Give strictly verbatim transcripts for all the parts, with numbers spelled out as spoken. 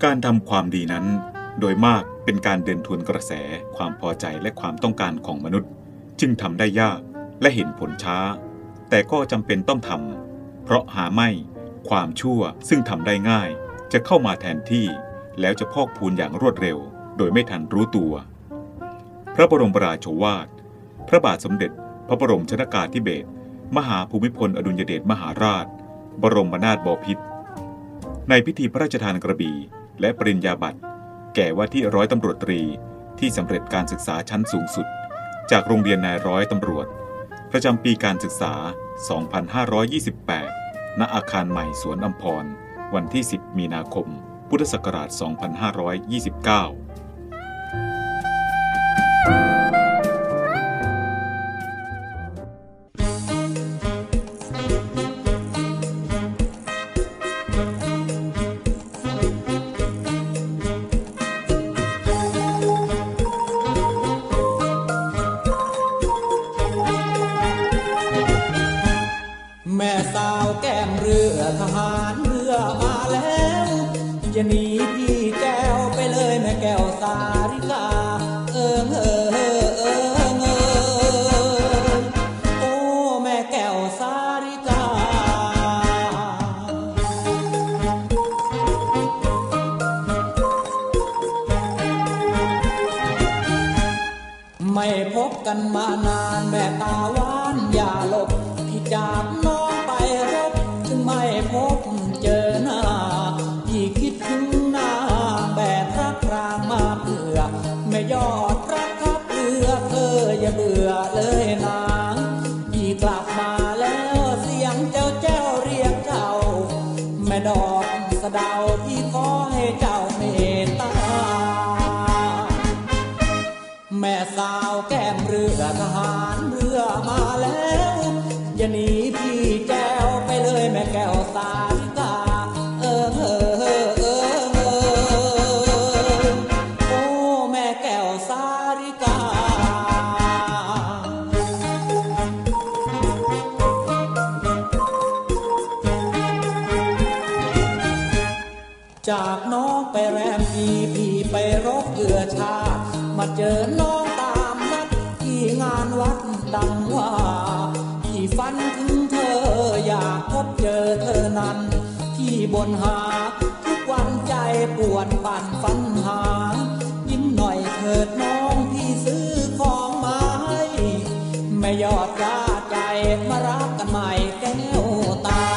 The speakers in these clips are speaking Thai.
การทำความดีนั้นโดยมากเป็นการเดินทวนกระแสความพอใจและความต้องการของมนุษย์จึงทำได้ยากและเห็นผลช้าแต่ก็จำเป็นต้องทำเพราะหาไม่ความชั่วซึ่งทำได้ง่ายจะเข้ามาแทนที่แล้วจะพอกพูนอย่างรวดเร็วโดยไม่ทันรู้ตัวพระบรมราโชวาทพระบาทสมเด็จพระบรมชนกาธิเบศรมหาภูมิพลอดุลยเดชมหาราชบรมนาถบพิตรในพิธีพระราชทานกระบี่และปริญญาบัตรแก่ว่าที่ร้อยตำรวจตรีที่สำเร็จการศึกษาชั้นสูงสุดจากโรงเรียนนายร้อยตำรวจประจำปีการศึกษา สองพันห้าร้อยยี่สิบแปด ณ อาคารใหม่สวนอัมพรวันที่ สิบ มีนาคม พุทธศักราช สองพันห้าร้อยยี่สิบเก้าทหารเรือมาแล้วอย่าหนีพี่แก้วไปเลยแม่แก้วสาริกาเออเออเออเออเออโอ้แม่แก้วสาริกาไม่พบกันมานานแม่ตาหวานอย่าหลบพี่จากน้องไปรบไม่พบเจอหน้าพี่คิดถึงหน้าแบบรักรางมาเผื่อไม่ยอดรักทับเรือเธออย่าเบื่อเลยนะพี่กลับมาแล้วเสียงเจ้าแจ้วเรียกเจ้าแม่ดอกสะเดาพี่ขอให้เจ้าเมตตาแม่สาวแก้มเรือทหารเรือมาแล้วอย่าหนีพี่แจ้วไปเลยแม่แก้วสาริกาเออเออเออเออเออโอ้แม่แก้วสาริกาจากน้องไปแรมพี่พี่ไปรบเกือชามาเจอน้องตามนัดที่งานวัดดังว่าที่ฝันถึงเธออยากพบเจอเธอนั้นที่บนหาทุกวันใจปวดปั่นฝันหายิ้มหน่อยเถิดน้องพี่ซื้อของมาให้ไม่ยอดกล้าใจมารักกันใหม่แก้วตา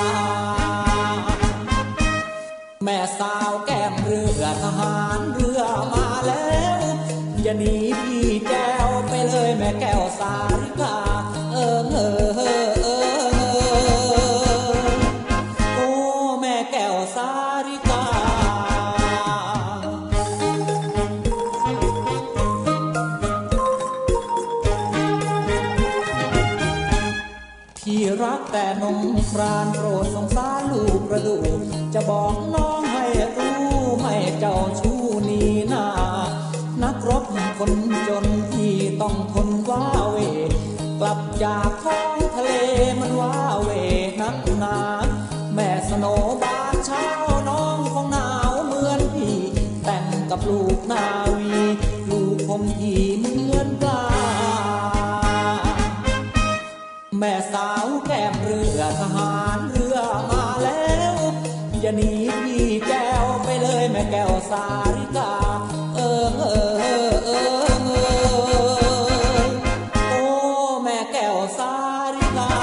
แม่สาวแก้มเรือทหารเรือมาแล้วอย่าหนีพี่แก้วไปเลยแม่แก้วสาริกาเออเออเออเออโอ้แม่แก้วสาริกาที่รักแต่นงครานโปรดสงสารลูกประดูจะบอกน้องให้รู้ไม่เจ้าชู้นี่นานักรบคนจนที่ต้องทนว้าเวกลับจากท้องทะเลมันว้าเวนักหนาแม่สโนบานเช้าน้องของหนาวเหมือนพี่แต่งกับลูกนาวีลูกผมที่เหมือนปลาแม่สาวแก้มเรือทหารเรือมาแล้วอย่าหนีพี่แก้วไปเลยแม่แก้วสาริกาเออเออเออเออเออโอ้แม่แก้วสาริกา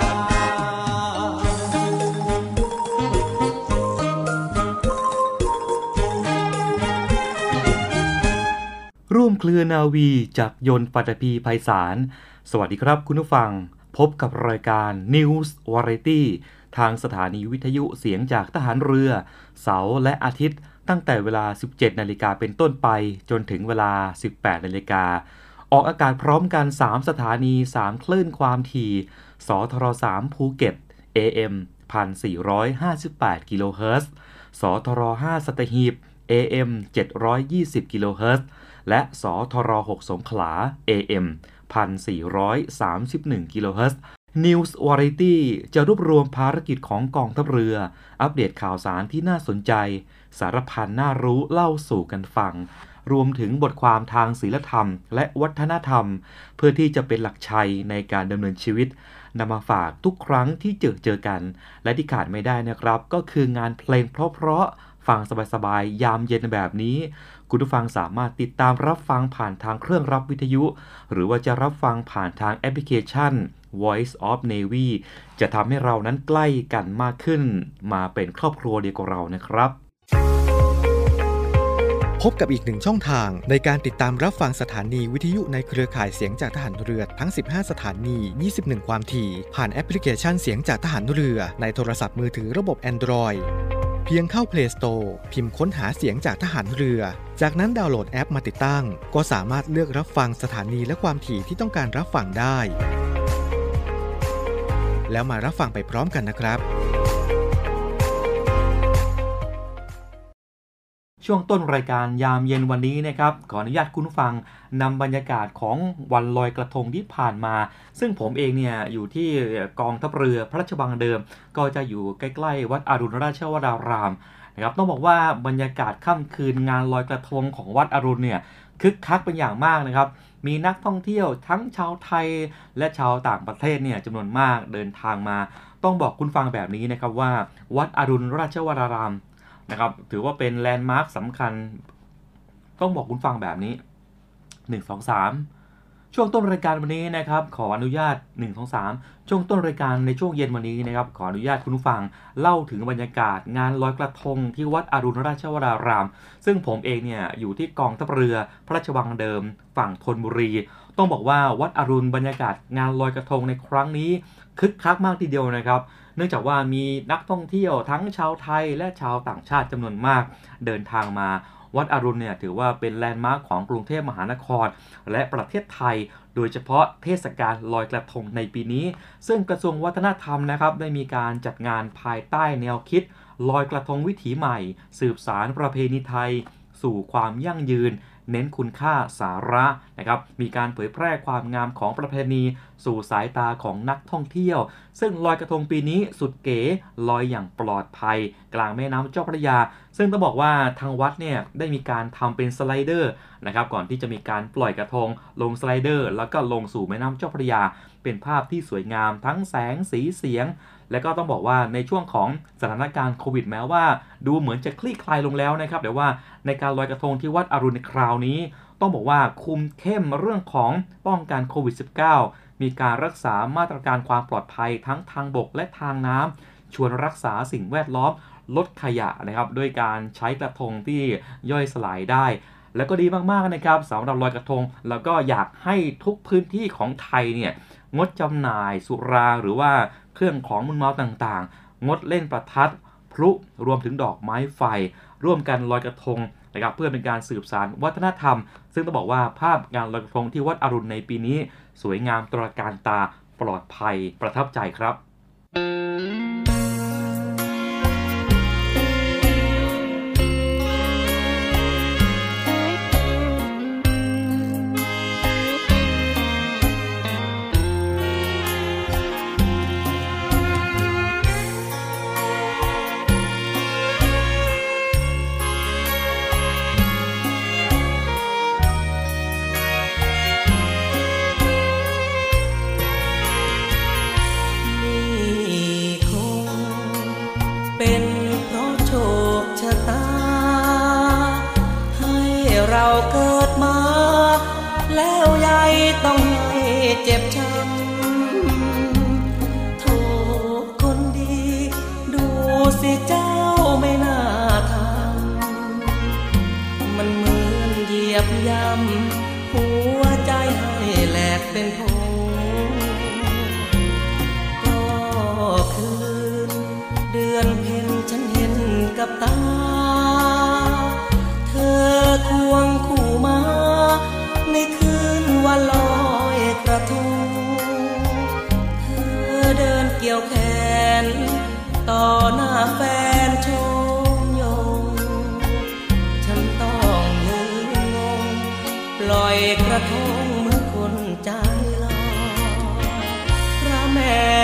ร่วมเครือนาวีจากยนต์ปัตภีไพศาลสวัสดีครับคุณผู้ฟังพบกับรายการ News Variety ทางสถานีวิทยุเสียงจากทหารเรือเสาร์และอาทิตย์ตั้งแต่เวลา สิบเจ็ดนาฬิกาเป็นต้นไปจนถึงเวลา สิบแปดนาฬิกาออกอากาศพร้อมกันสามสถานีสามคลื่นความถี่สทรสามภูเก็ต เอ เอ็ม หนึ่งพันสี่ร้อยห้าสิบแปด กิโลเฮิรตซ์สทรห้าสัตหีบ เอ เอ็ม เจ็ดร้อยยี่สิบ กิโลเฮิรตซ์และสทรหกสงขลา เอ เอ็ม หนึ่งพันสี่ร้อยสามสิบเอ็ด กิโลเฮิรตซ์ News Variety จะรวบรวมภารกิจของกองทัพเรืออัปเดตข่าวสารที่น่าสนใจสารพันน่ารู้เล่าสู่กันฟังรวมถึงบทความทางศีลธรรมและวัฒนธรรมเพื่อที่จะเป็นหลักชัยในการดำเนินชีวิตนำมาฝากทุกครั้งที่เจอเจอกันและที่ขาดไม่ได้นะครับก็คืองานเพลงเพราะๆฟังสบายๆยามเย็นแบบนี้คุณผู้ฟังสามารถติดตามรับฟังผ่านทางเครื่องรับวิทยุหรือว่าจะรับฟังผ่านทางแอปพลิเคชัน Voice of Navy จะทำให้เรานั้นใกล้กันมากขึ้นมาเป็นครอบครัวเดียวกับเรานะครับพบกับอีกหนึ่งช่องทางในการติดตามรับฟังสถานีวิทยุในเครือข่ายเสียงจากทหารเรือทั้งสิบห้าสถานี ยี่สิบเอ็ด ความถี่ผ่านแอปพลิเคชันเสียงจากทหารเรือในโทรศัพท์มือถือระบบ Android เพียงเข้า Play Store พิมพ์ค้นหาเสียงจากทหารเรือจากนั้นดาวน์โหลดแอปมาติดตั้งก็สามารถเลือกรับฟังสถานีและความถี่ที่ต้องการรับฟังได้แล้วมารับฟังไปพร้อมกันนะครับช่วงต้นรายการยามเย็นวันนี้นะครับขออนุญาตคุณผู้ฟังนำบรรยากาศของวันลอยกระทงที่ผ่านมาซึ่งผมเองเนี่ยอยู่ที่กองทัพเรือพระราชวังเดิมก็จะอยู่ใกล้ๆวัดอรุณราชวรารามนะครับต้องบอกว่าบรรยากาศค่ำคืนงานลอยกระทงของวัดอรุณเนี่ยคึกคักเป็นอย่างมากนะครับมีนักท่องเที่ยวทั้งชาวไทยและชาวต่างประเทศเนี่ยจำนวนมากเดินทางมาต้องบอกคุณฟังแบบนี้นะครับว่าวัดอรุณราชวรารามนะครับถือว่าเป็นแลนด์มาร์คสำคัญต้องบอกคุณฟังแบบนี้หนึ่ง สอง สามช่วงต้นรายการวันนี้นะครับขออนุญาตหนึ่ง สอง สามช่วงต้นรายการในช่วงเย็นวันนี้นะครับขออนุญาตคุณผู้ฟังเล่าถึงบรรยากาศงานลอยกระทงที่วัดอรุณราชวรารามซึ่งผมเองเนี่ยอยู่ที่กองทัพเรือพระราชวังเดิมฝั่งธนบุรีต้องบอกว่าวัดอรุณบรรยากาศงานลอยกระทงในครั้งนี้คึกคักมากทีเดียวนะครับเนื่องจากว่ามีนักท่องเที่ยวทั้งชาวไทยและชาวต่างชาติจำนวนมากเดินทางมาวัดอรุณเนี่ยถือว่าเป็นแลนด์มาร์คของกรุงเทพมหานครและประเทศไทยโดยเฉพาะเทศกาลลอยกระทงในปีนี้ซึ่งกระทรวงวัฒนธรรมนะครับได้มีการจัดงานภายใต้แนวคิดลอยกระทงวิถีใหม่สืบสานประเพณีไทยสู่ความยั่งยืนเน้นคุณค่าสาระนะครับมีการเผยแพร่ความงามของประเพณีสู่สายตาของนักท่องเที่ยวซึ่งลอยกระทงปีนี้สุดเก๋ลอยอย่างปลอดภัยกลางแม่น้ำเจ้าพระยาซึ่งต้องบอกว่าทางวัดเนี่ยได้มีการทำเป็นสไลเดอร์นะครับก่อนที่จะมีการปล่อยกระทงลงสไลเดอร์แล้วก็ลงสู่แม่น้ำเจ้าพระยาเป็นภาพที่สวยงามทั้งแสงสีเสียงและก็ต้องบอกว่าในช่วงของสถานการณ์โควิดแม้ว่าดูเหมือนจะคลี่คลายลงแล้วนะครับแต่ว่าในการลอยกระทงที่วัดอรุณในคราวนี้ต้องบอกว่าคุมเข้มเรื่องของป้องกันโควิด สิบเก้า มีการรักษามาตรการความปลอดภัยทั้งทางบกและทางน้ำชวนรักษาสิ่งแวดล้อมลดขยะนะครับด้วยการใช้กระทงที่ย่อยสลายได้แล้วก็ดีมากๆนะครับสำหรับลอยกระทงแล้วก็อยากให้ทุกพื้นที่ของไทยเนี่ยงดจำหน่ายสุราหรือว่าเครื่องของมึนเมาต่างๆงดเล่นประทัดพลุรวมถึงดอกไม้ไฟร่วมกันลอยกระทงนะครับเพื่อเป็นการสืบสานวัฒนธรรมซึ่งต้องบอกว่าภาพงานลอยกระทงที่วัดอรุณในปีนี้สวยงามตระการตาปลอดภัยประทับใจครับเราเกิดมาแล้วยายต้องให้เจ็บช้ำโทษคนดีดูสิเจ้าไม่น่าทำมันเหมือนเหยียบย่ำหัวใจให้แหลกเป็นผงก็คืนเดือนเพ็ญฉันเห็นกับตาเธอควงคู่มาในคืนวันลอยกระทงเธอเดินเกี่ยวแขนต่อหน้าแฟนชมยงฉันต้องยืนงงปล่อยกระทงเมื่อคนใจลอยพระแม่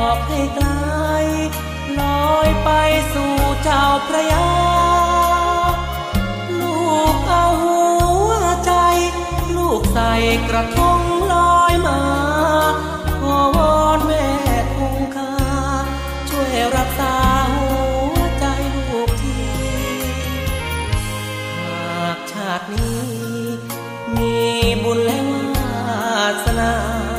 อบให้ไกลลอยไปสู่เจ้าพระยาลูกเอาหัวใจลูกใส่กระทงลอยมาขอวอนแม่คงคาช่วยรักษาหัวใจลูกทีหากชาตินี้มีบุญและวาสนา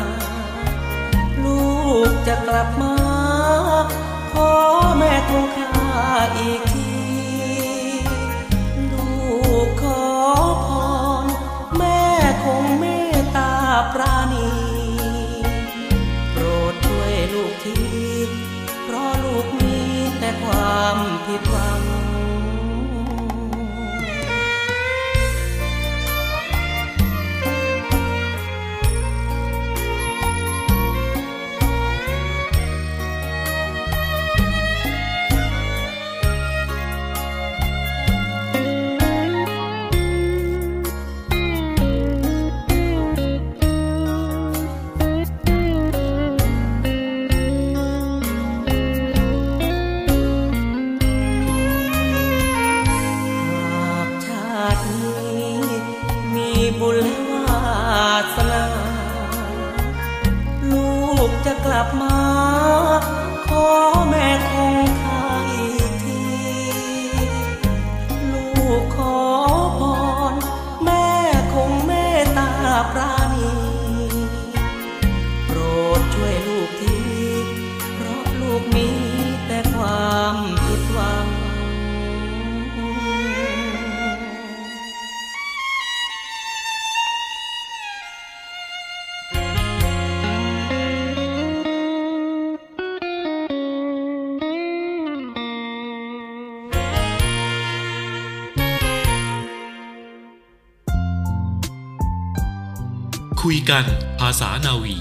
ลูกจะกลับมาขอแม่คงคาอีกทีลูกขอพรแม่คงเมตตาปราณีโปรดช่วยลูกทีเพราะลูกมีแต่ความผิดหวังกลับมาขอแม่คงคาอีกทีลูกขอพรแม่คงเมตตาปราณีโปรดช่วยลูกทีเพราะลูกมีแต่ความผิดหวังคุยกันภาษานาวี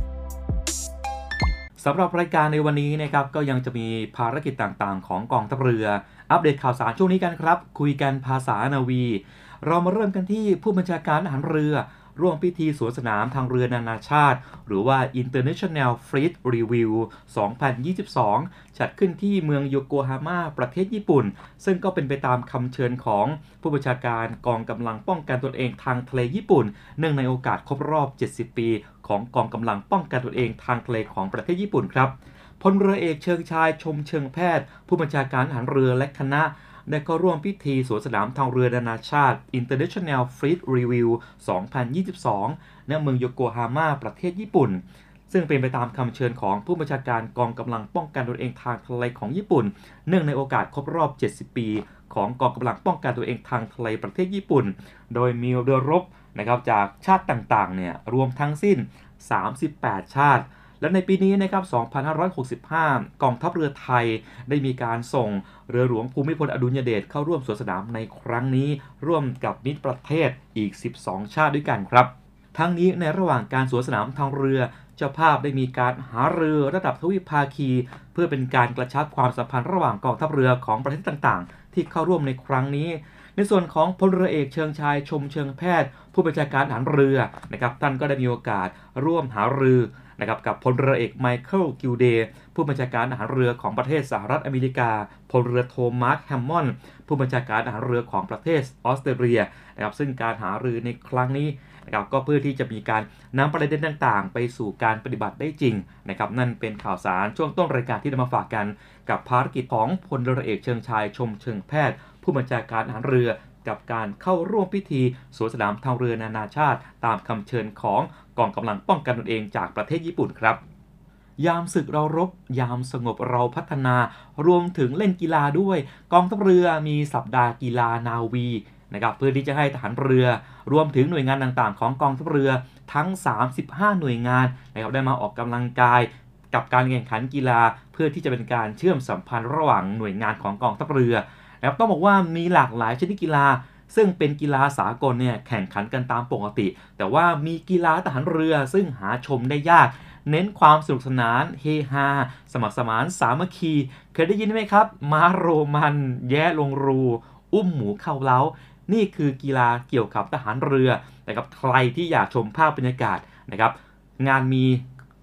สำหรับรายการในวันนี้นะครับก็ยังจะมีภารกิจต่างๆของกองทัพเรืออัปเดตข่าวสารช่วงนี้กันครับคุยกันภาษานาวีเรามาเริ่มกันที่ผู้บัญชาการทหารเรือร่วมพิธีสวนสนามทางเรือนานาชาติหรือว่า International Fleet Review สองพันยี่สิบสอง จัดขึ้นที่เมืองโยโกฮาม่าประเทศญี่ปุ่นซึ่งก็เป็นไปตามคำเชิญของผู้บัญชาการกองกำลังป้องกันตนเองทางทะเลญี่ปุ่นเนื่องในโอกาสครบรอบเจ็ดสิบปีของกองกำลังป้องกันตนเองทางทะเลของประเทศญี่ปุ่นครับพลเรือเอกเชิงชายชมเชิงแพทย์ผู้บัญชาการทหารเรือและคณะได้ก็ร่วมพิธีสวนสนามทางเรือนานาชาติ International Fleet Review สองพันยี่สิบสอง ณ เมืองโยโกฮาม่าประเทศญี่ปุ่นซึ่งเป็นไปตามคำเชิญของผู้บัญชาการกองกำลังป้องกันตนเองทางทะเลของญี่ปุ่นเนื่องในโอกาสครบรอบเจ็ดสิบปีของกองกำลังป้องกันตัวเองทางทะเลประเทศญี่ปุ่นโดยมีเรือรบนะครับจากชาติต่างๆเนี่ยรวมทั้งสิ้นสามสิบแปดชาติและในปีนี้นะครับสองพันห้าร้อยหกสิบห้ากองทัพเรือไทยได้มีการส่งเรือหลวงภูมิพลอดุลยเดชเข้าร่วมสวนสนามในครั้งนี้ร่วมกับมิตรประเทศอีกสิบสองชาติด้วยกันครับทั้งนี้ในระหว่างการสวนสนามทางเรือเจ้าภาพได้มีการหารือระดับทวิภาคีเพื่อเป็นการกระชับความสัมพันธ์ระหว่างกองทัพเรือของประเทศต่างๆที่เข้าร่วมในครั้งนี้ในส่วนของพลเรือเอกเชิงชายชมเชิงแพทย์ผู้บัญชาการทหารเรือนะครับท่านก็ได้มีโอกาสร่วมหารือนะครับกับพลเรือเอกไมเคิลกิลเดย์ผู้บัญชาการทหารเรือของประเทศสหรัฐอเมริกาพลเรือโทมาร์คแฮมมอนด์ผู้บัญชาการทหารเรือของประเทศออสเตรเลียนะครับซึ่งการหารือในครั้งนี้นะครับก็เพื่อที่จะมีการนำประเด็นต่างๆไปสู่การปฏิบัติได้จริงนะครับนั่นเป็นข่าวสารช่วงต้นรายการที่นำมาฝากกันกับภารกิจของพลเรือเอกเชิงชายชมเชิงแพทย์ผู้บัญชาการทหารเรือกับการเข้าร่วมพิธีสวนสนามทางเรือนานาชาติตามคำเชิญของกองกำลังป้องกันตนเองจากประเทศญี่ปุ่นครับยามศึกเรารบยามสงบเราพัฒนารวมถึงเล่นกีฬาด้วยกองทัพเรือมีสัปดาห์กีฬานาวีนะครับเพื่อที่จะให้ทหารเรือรวมถึงหน่วยงานต่างๆของกองทัพเรือทั้งสามสิบห้าหน่วยงานนะครับได้มาออกกำลังกายกับการแข่งขันกีฬาเพื่อที่จะเป็นการเชื่อมสัมพันธ์ระหว่างหน่วยงานของกองทัพเรือนะครับต้องบอกว่ามีหลากหลายชนิดกีฬาซึ่งเป็นกีฬาสากลเนี่ยแข่งขันกันตามปกติแต่ว่ามีกีฬาทหารเรือซึ่งหาชมได้ยากเน้นความสนุกสนานเฮฮาสมัครสมานสามัคคีเคยได้ยินไหมครับม้าโรมันแย่ลงรูอุ้มหมูเข้าเล้านี่คือกีฬาเกี่ยวกับทหารเรือนะครับใครที่อยากชมภาพบรรยากาศนะครับงานมี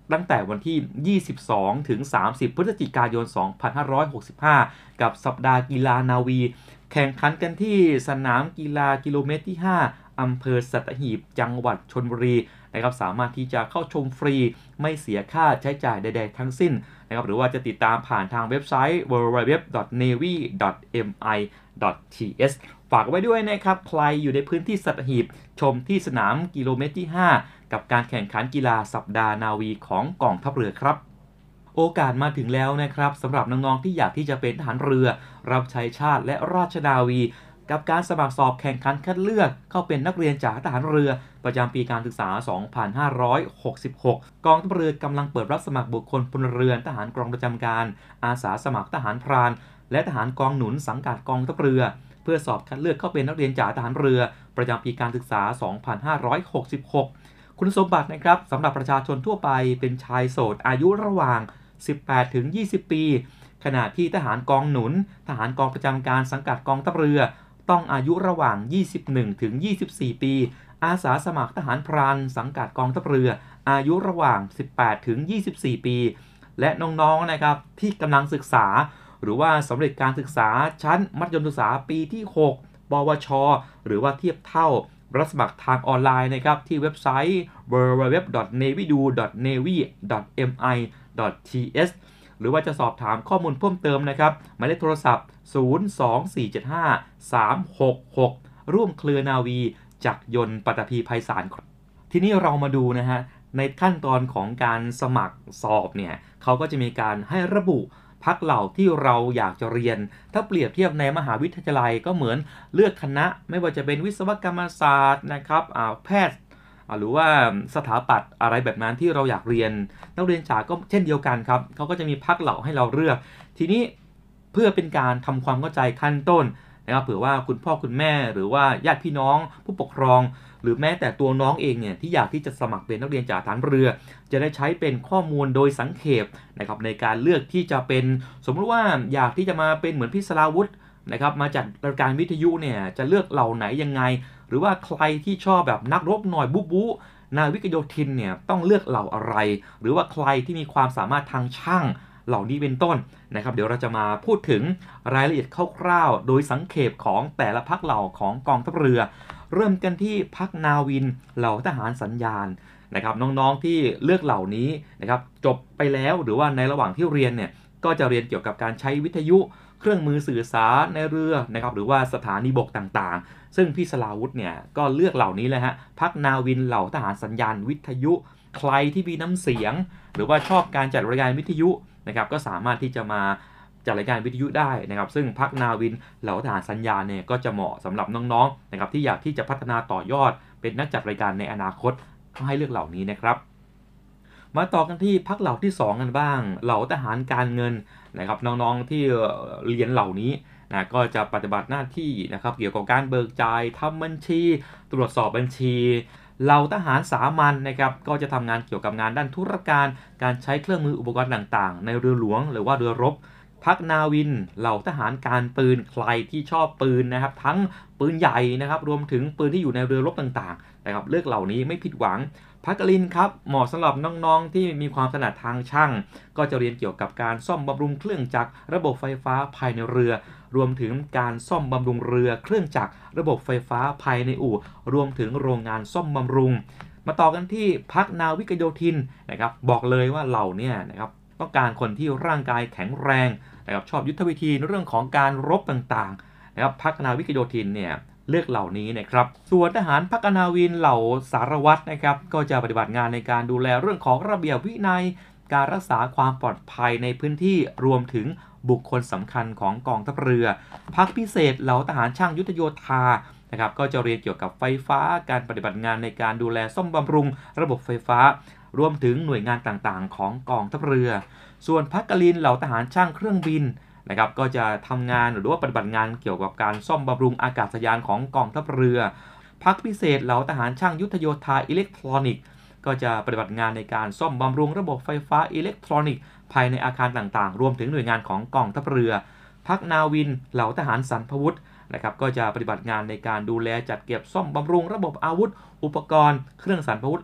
ตั้งแต่วันที่ ยี่สิบสอง ถึง สามสิบ พฤศจิกายน สองพันห้าร้อยหกสิบห้า กับสัปดาห์กีฬานาวีแข่งขันกันที่สนามกีฬากิโลเมตรที่ ห้า อำเภอสัตหีบจังหวัดชลบุรีนะครับสามารถที่จะเข้าชมฟรีไม่เสียค่าใช้จ่ายใดๆทั้งสิ้นนะครับหรือว่าจะติดตามผ่านทางเว็บไซต์ ดับเบิลยู ดับเบิลยู ดับเบิลยู ดอท เนวี่ ดอท เอ็ม ไอ ดอท ที เอส ฝากไว้ด้วยนะครับใครอยู่ในพื้นที่สัตหีบชมที่สนามกิโลเมตรที่ ห้า กับการแข่งขันกีฬาสัปดาห์นาวีของกองทัพเรือครับโอกาสมาถึงแล้วนะครับสำหรับน้องๆที่อยากที่จะเป็นทหารเรือรับใช้ชาติและราชนาวีกับการสมัครสอบแข่งขันคัดเลือกเข้าเป็นนักเรียนจากทหารเรือประจำปีการศึกษา สองพันห้าร้อยหกสิบหก กองทัพเรือกำลังเปิดรับสมัครบุคคลพลเรือนทหารกองประจำการอาสาสมัครทหารพรานและทหารกองหนุนสังกัดกองทัพเรือเพื่อสอบคัดเลือกเข้าเป็นนักเรียนจากทหารเรือประจำปีการศึกษา สองพันห้าร้อยหกสิบหก คุณสมบัตินะครับสำหรับประชาชนทั่วไปเป็นชายโสดอายุระหว่าง สิบแปดถึงยี่สิบ ปีขณะที่ทหารกองหนุนทหารกองประจำการสังกัดกองทัพเรือต้องอายุระหว่าง ยี่สิบเอ็ดถึงยี่สิบสี่ ปีอาสาสมัครทหารพรานสังกัดกองทัพเรืออายุระหว่าง สิบแปดถึงยี่สิบสี่ ปีและน้องๆนะครับที่กำลังศึกษาหรือว่าสำเร็จการศึกษาชั้นมัธยมศึกษาปีที่ หก ปวช.หรือว่าเทียบเท่ารับสมัครทางออนไลน์นะครับที่เว็บไซต์ ดับเบิลยู ดับเบิลยู ดับเบิลยู ดอท เนวี่ดู ดอท เนวี่ ดอท เอ็ม ไอ ดอท ที เอส หรือว่าจะสอบถามข้อมูลเพิ่มเติมนะครับหมายเลขโทรศัพท์ ศูนย์ สอง สี่ เจ็ด ห้า สาม หก หก ร่วมเครือนาวีจักรยนต์ปัตภีไพศาลทีนี้เรามาดูนะฮะในขั้นตอนของการสมัครสอบเนี่ยเขาก็จะมีการให้ระบุพรรคเหล่าที่เราอยากจะเรียนถ้าเปรียบเทียบในมหาวิทยาลัยก็เหมือนเลือกคณะไม่ว่าจะเป็นวิศวกรรมศาสตร์นะครับแพทย์หรือว่าสถาปัตย์อะไรแบบนั้นที่เราอยากเรียนนักเรียนจ๋าก็เช่นเดียวกันครับเขาก็จะมีพรรคเหล่าให้เราเลือกทีนี้เพื่อเป็นการทำความเข้าใจขั้นต้นนะครับเผื่อว่าคุณพ่อคุณแม่หรือว่าญาติพี่น้องผู้ปกครองหรือแม้แต่ตัวน้องเองเนี่ยที่อยากที่จะสมัครเป็นนักเรียนจากฐานเรือจะได้ใช้เป็นข้อมูลโดยสังเขปนะครับในการเลือกที่จะเป็นสมมติว่าอยากที่จะมาเป็นเหมือนพี่สราวุธนะครับมาจากรายการวิทยุเนี่ยจะเลือกเหล่าไหนยังไงหรือว่าใครที่ชอบแบบนักรบหน่อยบุ๊บู๊นาวิกโยธินเนี่ยต้องเลือกเหล่าอะไรหรือว่าใครที่มีความสามารถทางช่างเหล่านี้เป็นต้นนะครับเดี๋ยวเราจะมาพูดถึงรายละเอียดคร่าวๆโดยสังเขปของแต่ละพรรคเหล่าของกองทัพเรือเริ่มกันที่พรรคนาวินเหล่าทหารสัญญาณนะครับน้องๆที่เลือกเหล่านี้นะครับจบไปแล้วหรือว่าในระหว่างที่เรียนเนี่ยก็จะเรียนเกี่ยวกับการใช้วิทยุเครื่องมือสื่อสารในเรือนะครับหรือว่าสถานีบกต่างๆซึ่งพี่สลาวุธเนี่ยก็เลือกเหล่านี้เลยฮะพรรคนาวินเหล่าทหารสัญญาณวิทยุใครที่มีน้ำเสียงหรือว่าชอบการจัดรายการวิทยุนะครับก็สามารถที่จะมาจัดรายการวิทยุได้นะครับซึ่งพรรคนาวินเหล่าทหารสัญญาเนี่ยก็จะเหมาะสำหรับน้องๆนะครับที่อยากที่จะพัฒนาต่อยอดเป็นนักจัดรายการในอนาคตก็ให้เลือกเหล่านี้นะครับมาต่อกันที่พรรคเหล่าที่สองกันบ้างเหล่าทหารการเงินนะครับน้องๆที่เรียนเหล่านี้นะก็จะปฏิบัติหน้าที่นะครับเกี่ยวกับการเบิกจ่ายทำบัญชีตรวจสอบบัญชีเหล่าทหารสามัญ น, นะครับก็จะทำงานเกี่ยวกับงานด้านธุรการการใช้เครื่องมืออุปกรณ์ต่างๆในเรือหลวงหรือว่าเรือรบพรรคนาวินเหล่าทหารการปืนใครที่ชอบปืนนะครับทั้งปืนใหญ่นะครับรวมถึงปืนที่อยู่ในเรือรบต่างๆนะครับเลือกเหล่านี้ไม่ผิดหวังพรรคลินครับเหมาะสำหรับน้องๆที่มีความถนัดทางช่างก็จะเรียนเกี่ยวกับการซ่อมบำรุงเครื่องจักรระบบไฟฟ้าภายในเรือรวมถึงการซ่อมบำรุงเรือเครื่องจักรระบบไฟฟ้าภายในอู่รวมถึงโรงงานซ่อมบำรุงมาต่อกันที่พรรคนาวิกโยธินนะครับบอกเลยว่าเหล่านี้นะครับต้องการคนที่ร่างกายแข็งแรงนะครับชอบยุทธวิธีในเรื่องของการรบต่างๆนะครับพรรคนาวิกโยธินเนี่ยเลือกเหล่านี้นะครับส่วนทหารพรรคนาวินเหล่าสารวัตรนะครับก็จะปฏิบัติงานในการดูแลเรื่องของระเบียบวินัยการรักษาความปลอดภัยในพื้นที่รวมถึงบุคคลสำคัญของกองทัพเรือพรรคพิเศษเหล่าทหารช่างยุทธโยธานะครับก็จะเรียนเกี่ยวกับไฟฟ้าการปฏิบัติงานในการดูแลซ่อมบำรุงระบบไฟฟ้ารวมถึงหน่วยงานต่างๆของกองทัพเรือส่วนพรรคกลินเหล่าทหารช่างเครื่องบินนะครับก็จะทำงานหรือว่าปฏิบัติงานเกี่ยวกับการซ่อมบำรุงอากาศยานของกองทัพเรือพรรคพิเศษเหล่าทหารช่างยุทธโยธาอิเล็กทรอนิกส์ก็จะปฏิบัติงานในการซ่อมบำรุงระบบไฟฟ้าอิเล็กทรอนิกส์ภายในอาคารต่างๆรวมถึงหน่วยงานของกองทัพเรือพรรคนาวินเหล่าทหารสรรพวุธนะครับก็จะปฏิบัติงานในการดูแลจัดเก็บซ่อมบำรุงระบบอาวุธอุปกรณ์เครื่องสรรพวุธและ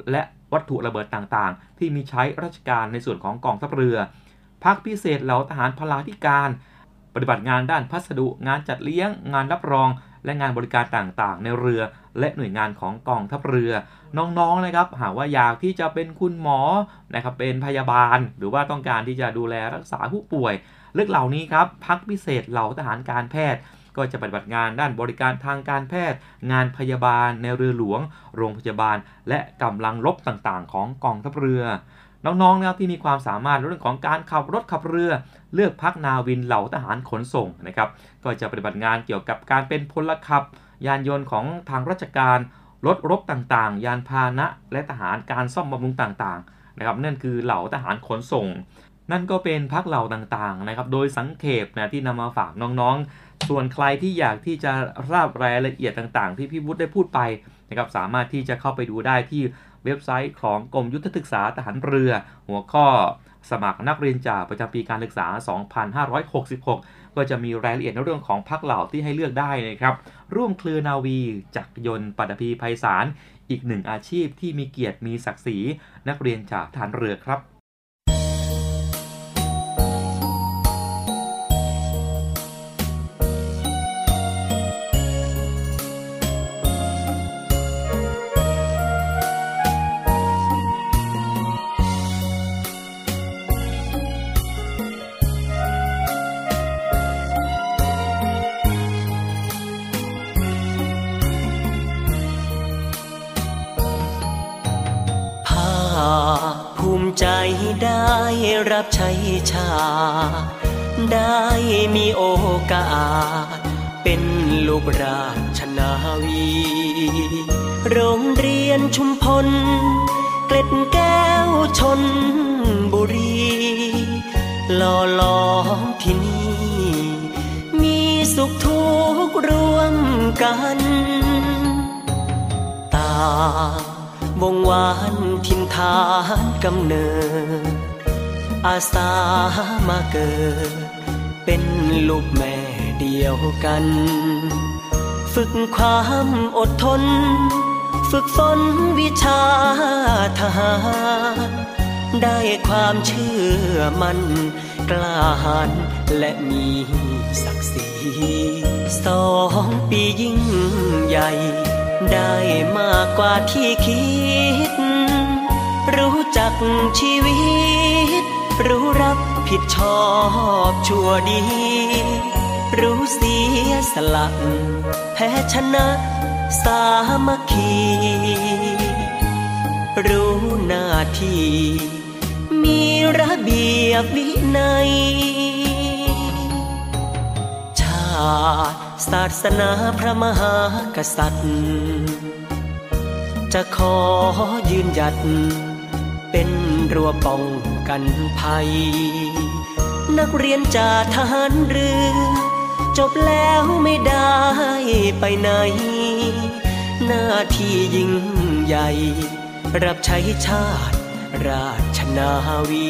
วัตถุระเบิดต่างๆที่มีใช้ราชการในส่วนของกองทัพเรือภาคพิเศษเหล่าทหารพลาธิการปฏิบัติงานด้านพัสดุงานจัดเลี้ยงงานรับรองและงานบริการต่างๆในเรือและหน่วยงานของกองทัพเรือน้องๆนะครับหากว่าอยากที่จะเป็นคุณหมอนะครับเป็นพยาบาลหรือว่าต้องการที่จะดูแลรักษาผู้ป่วยเรื่องเหล่านี้ครับพรรคพิเศษเหล่าทหารการแพทย์ก็จะปฏิบัติงานด้านบริการทางการแพทย์งานพยาบาลในเรือหลวงโรงพยาบาลและกำลังรบต่างๆของกองทัพเรือน้องๆนะครับที่มีความสามารถในเรื่องของการขับรถขับเรือเลือกพักนาวินเหล่าทหารขนส่งนะครับก็จะปฏิบัติงานเกี่ยวกับการเป็นพลขับยานยนต์ของทางราชการรถรบต่างๆยานพาหนะและทหารการซ่อมบำรุงต่างๆนะครับนั่นคือเหล่าทหารขนส่งนั่นก็เป็นพรรคเหล่าต่างๆนะครับโดยสังเขปนะที่นำมาฝากน้องๆส่วนใครที่อยากที่จะทราบรายละเอียดต่างๆที่พี่วุฒิได้พูดไปนะครับสามารถที่จะเข้าไปดูได้ที่เว็บไซต์ของกรมยุทธศึกษาทหารเรือหัวข้อสมัครนักเรียนจ่าประจำปีการศึกษา สองพันห้าร้อยหกสิบหก ก็จะมีรายละเอียดในเรื่องของพรรคเหล่าที่ให้เลือกได้นะครับร่วมเครือนาวีจักรยนต์ปัตภีไพศาลอีกหนึ่งอาชีพที่มีเกียรติมีศักดิ์ศรีนักเรียนจ่าทหารเรือครับภูมิใจได้รับใช้ชาได้มีโอกาสเป็นลูกราชนาวีโรงเรียนชุมพลเกล็ดแก้วชนบุรีหล่อหลอมที่นี่มีสุขทุกข์ร่วมกันตาวงวานทินฐานกำเนิดอาสามาเกิดเป็นลูกแม่เดียวกันฝึกความอดทนฝึกฝนวิชาทหารได้ความเชื่อมั่นกล้าหาญและมีศักดิ์ศรีสองปียิ่งใหญ่ได้มากกว่าที่คิดรู้จักชีวิตรู้รับผิดชอบชั่วดีรู้เสียสละแพ้ชนะสามัคคีรู้หน้าที่มีระเบียบวินัยชาติศาสนาพระมหากษัตริย์จะขอยืนหยัดเป็นรั้วป้องกันภัยนักเรียนจากทหารเรือจบแล้วไม่ได้ไปไหนหน้าที่ยิ่งใหญ่รับใช้ชาติราชนาวี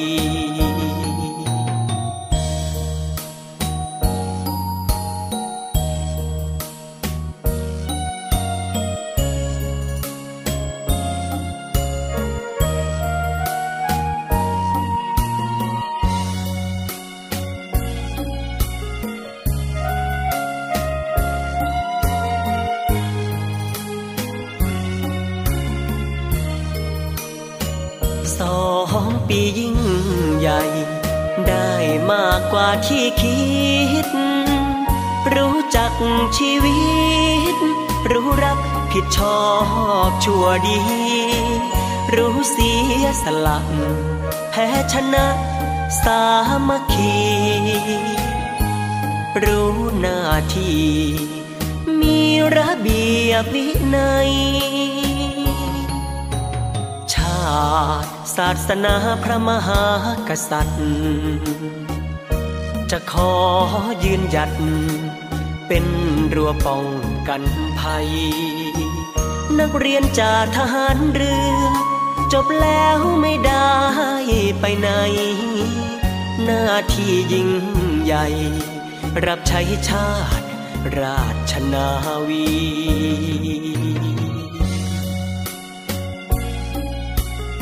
สองปียิ่งใหญ่ได้มากกว่าที่คิดรู้จักชีวิตรู้รับผิดชอบชั่วดีรู้เสียสละแพ้ชนะสามัคคีรู้หน้าที่มีระเบียบวินัยชาติศาสนาพระมหากษัตริย์จะขอยืนหยัดเป็นรั้วป้องกันภัยนักเรียนจากทหารเรือจบแล้วไม่ได้ไปไหนหน้าที่ยิ่งใหญ่รับใช้ชาติราชนาวี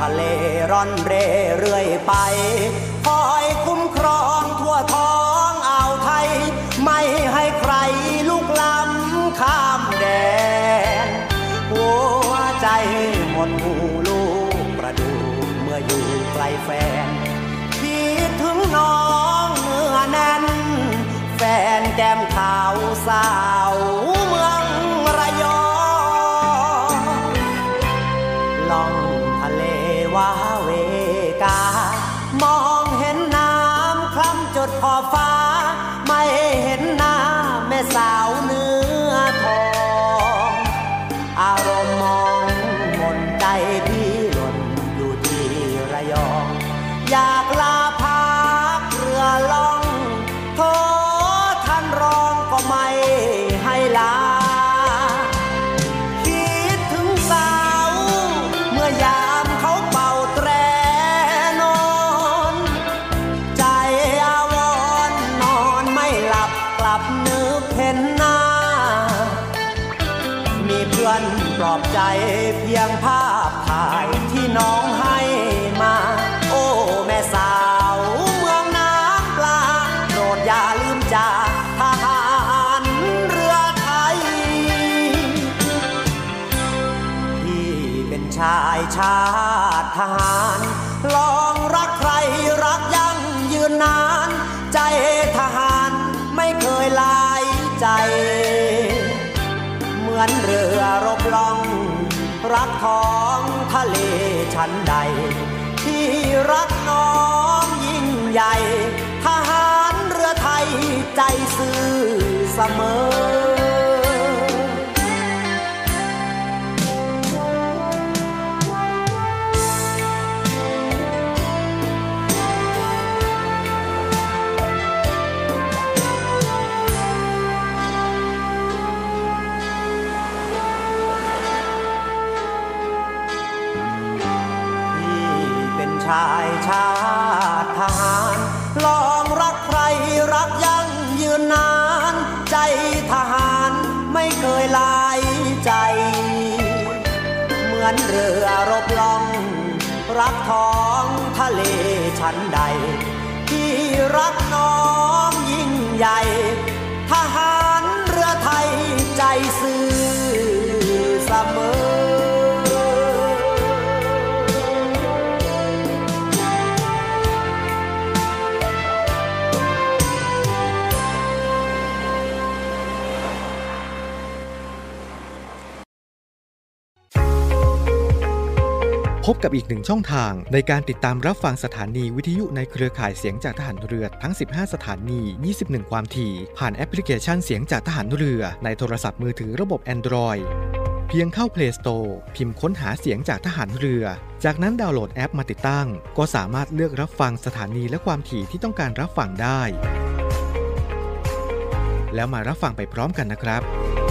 ะเลร่อนเร่เรื่อยไปคอยคุ้มครองทั่วท้องอ่าวไทยไม่ให้ใครลุกล้ำข้ามแดนหัวใจหมดหูลูกประดูเมื่ออยู่ไกลแฟนคิดถึงน้องเนื้อแน่นแฟนแก้มขาวสาวเมืองระยองล่องทะเลว้าเวกามองเห็นน้ำคล้ำจดขอบฟ้าไม่เห็นหน้าแม่สาวเนื้อทองอารมณ์มองหม่นใจพี่หล่นอยู่ที่ระยองอยากลาพักเรือล่องโทษท่านรองก็ไม่ให้ลาคิดถึงสาวเมื่อยามเขาเป่าแตรนอนใจอาวรณ์นอนไม่หลับกลับนึกเห็นหน้ามีเพื่อนปลอบใจเพียงภาพถ่ายที่น้องให้มาโอ้แม่สาวเมืองน้ำปลาโปรดอย่าลืมจ่าทหารเรือไทยพี่เป็นชายชาติทหารลองรักใครรักยั่งยืนนานใจทหารไม่เคยลายใจเหมือนเรือรบล่องรักท้องทะเลชั้นใดที่รักน้องยิ่งใหญ่ทหารเรือไทยใจซื่อเสมอชายชาติทหารลองรักใครรักยั่งยืนนานใจทหารไม่เคยลายใจเหมือนเรือรบล่องรักท้องทะเลชั้นใดที่รักน้องยิ่งใหญ่ทหารเรือไทยใจซื่อเสมอพบกับอีกหนึ่งช่องทางในการติดตามรับฟังสถานีวิทยุในเครือข่ายเสียงจากทหารเรือทั้งสิบห้าสถานียี่สิบเอ็ดความถี่ผ่านแอปพลิเคชันเสียงจากทหารเรือในโทรศัพท์มือถือระบบ Android เพียงเข้า Play Store พิมพ์ค้นหาเสียงจากทหารเรือจากนั้นดาวน์โหลดแอปมาติดตั้งก็สามารถเลือกรับฟังสถานีและความถี่ที่ต้องการรับฟังได้แล้วมารับฟังไปพร้อมกันนะครับ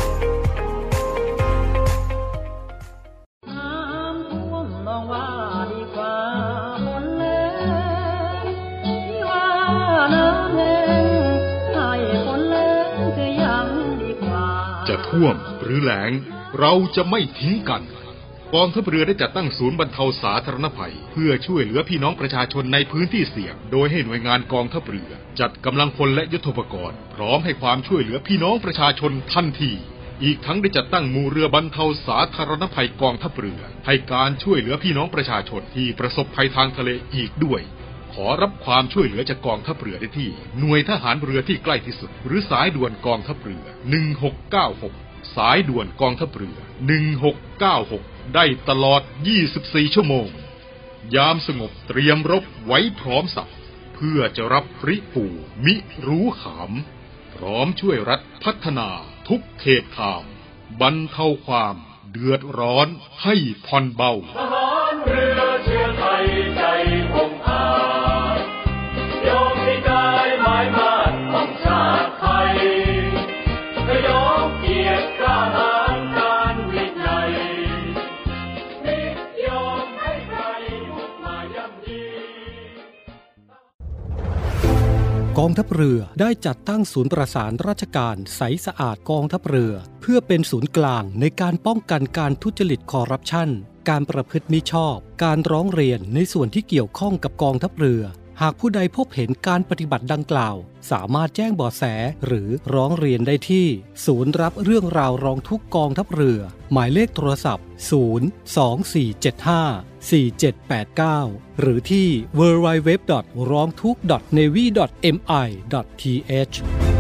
จะท่วมหรือแล้งเราจะไม่ทิ้งกันกองทัพเรือได้จัดตั้งศูนย์บรรเทาสาธารณภัยเพื่อช่วยเหลือพี่น้องประชาชนในพื้นที่เสี่ยงโดยให้หน่วยงานกองทัพเรือจัดกำลังพลและยุทโธปกรณ์พร้อมให้ความช่วยเหลือพี่น้องประชาชนทันทีอีกทั้งได้จัดตั้งหมู่เรือบรรเทาสาธารณภัยกองทัพเรือให้การช่วยเหลือพี่น้องประชาชนที่ประสบภัยทางทะเลอีกด้วยขอรับความช่วยเหลือจากกองทัพเรือได้ที่หน่วยทหารเรือที่ใกล้ที่สุดหรือสายด่วนกองทัพเรือหนึ่งหกเก้าหกสายด่วนกองทัพเรือหนึ่งหกเก้าหกได้ตลอดยี่สิบสี่ชั่วโมงยามสงบเตรียมรบไว้พร้อมสับเพื่อจะรับริปูมิรู้ขามพร้อมช่วยรัฐพัฒนาทุกเขตขามบรรเทาความเดือดร้อนให้ผ่อนเบาทหารเรือเชื้อไทยใจองอาจยอมให้กายหมายมั่นของชาติไทยยอมเกียรติกล้าหาญการวินัยนิยอมให้ใครบุกมาย่ำยีกองทัพเรือได้จัดตั้งศูนย์ประสานราชการใสสะอาดกองทัพเรือเพื่อเป็นศูนย์กลางในการป้องกันการทุจริตคอร์รัปชันการประพฤติมิชอบการร้องเรียนในส่วนที่เกี่ยวข้องกับกองทัพเรือหากผู้ใดพบเห็นการปฏิบัติดังกล่าวสามารถแจ้งเบาะแสหรือร้องเรียนได้ที่ศูนย์รับเรื่องราวร้องทุกข์กองทัพเรือหมายเลขโทรศัพท์ ศูนย์ สอง สี่ เจ็ด ห้า สี่ เจ็ด แปด เก้า หรือที่ ดับเบิลยู ดับเบิลยู ดับเบิลยู ดอท ร้องทุกข์ ดอท เนวี ดอท เอ็ม ไอ ดอท ที เอช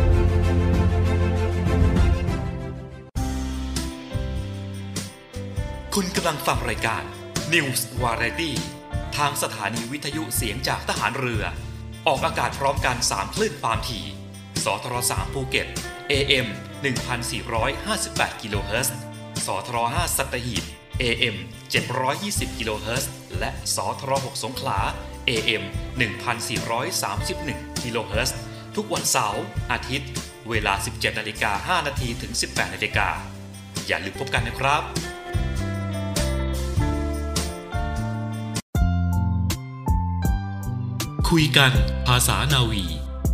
คุณกำลังฟังรายการ News Variety ทางสถานีวิทยุเสียงจากทหารเรือออกอากาศพร้อมกันสามคลื่นความถี่สทรสามภูเก็ต เอ เอ็ม หนึ่งพันสี่ร้อยห้าสิบแปด กิโลเฮิรตซ์สทรห้าสัตหีบ เอ เอ็ม เจ็ดร้อยยี่สิบ กิโลเฮิรตซ์และสทรหกสงขลา เอ เอ็ม หนึ่งพันสี่ร้อยสามสิบเอ็ด กิโลเฮิรตซ์ทุกวันเสาร์อาทิตย์เวลา สิบเจ็ดนาฬิกาห้านาทีถึง สิบแปดนาฬิกาอย่าลืมพบกันนะครับคุยกันภาษานาวี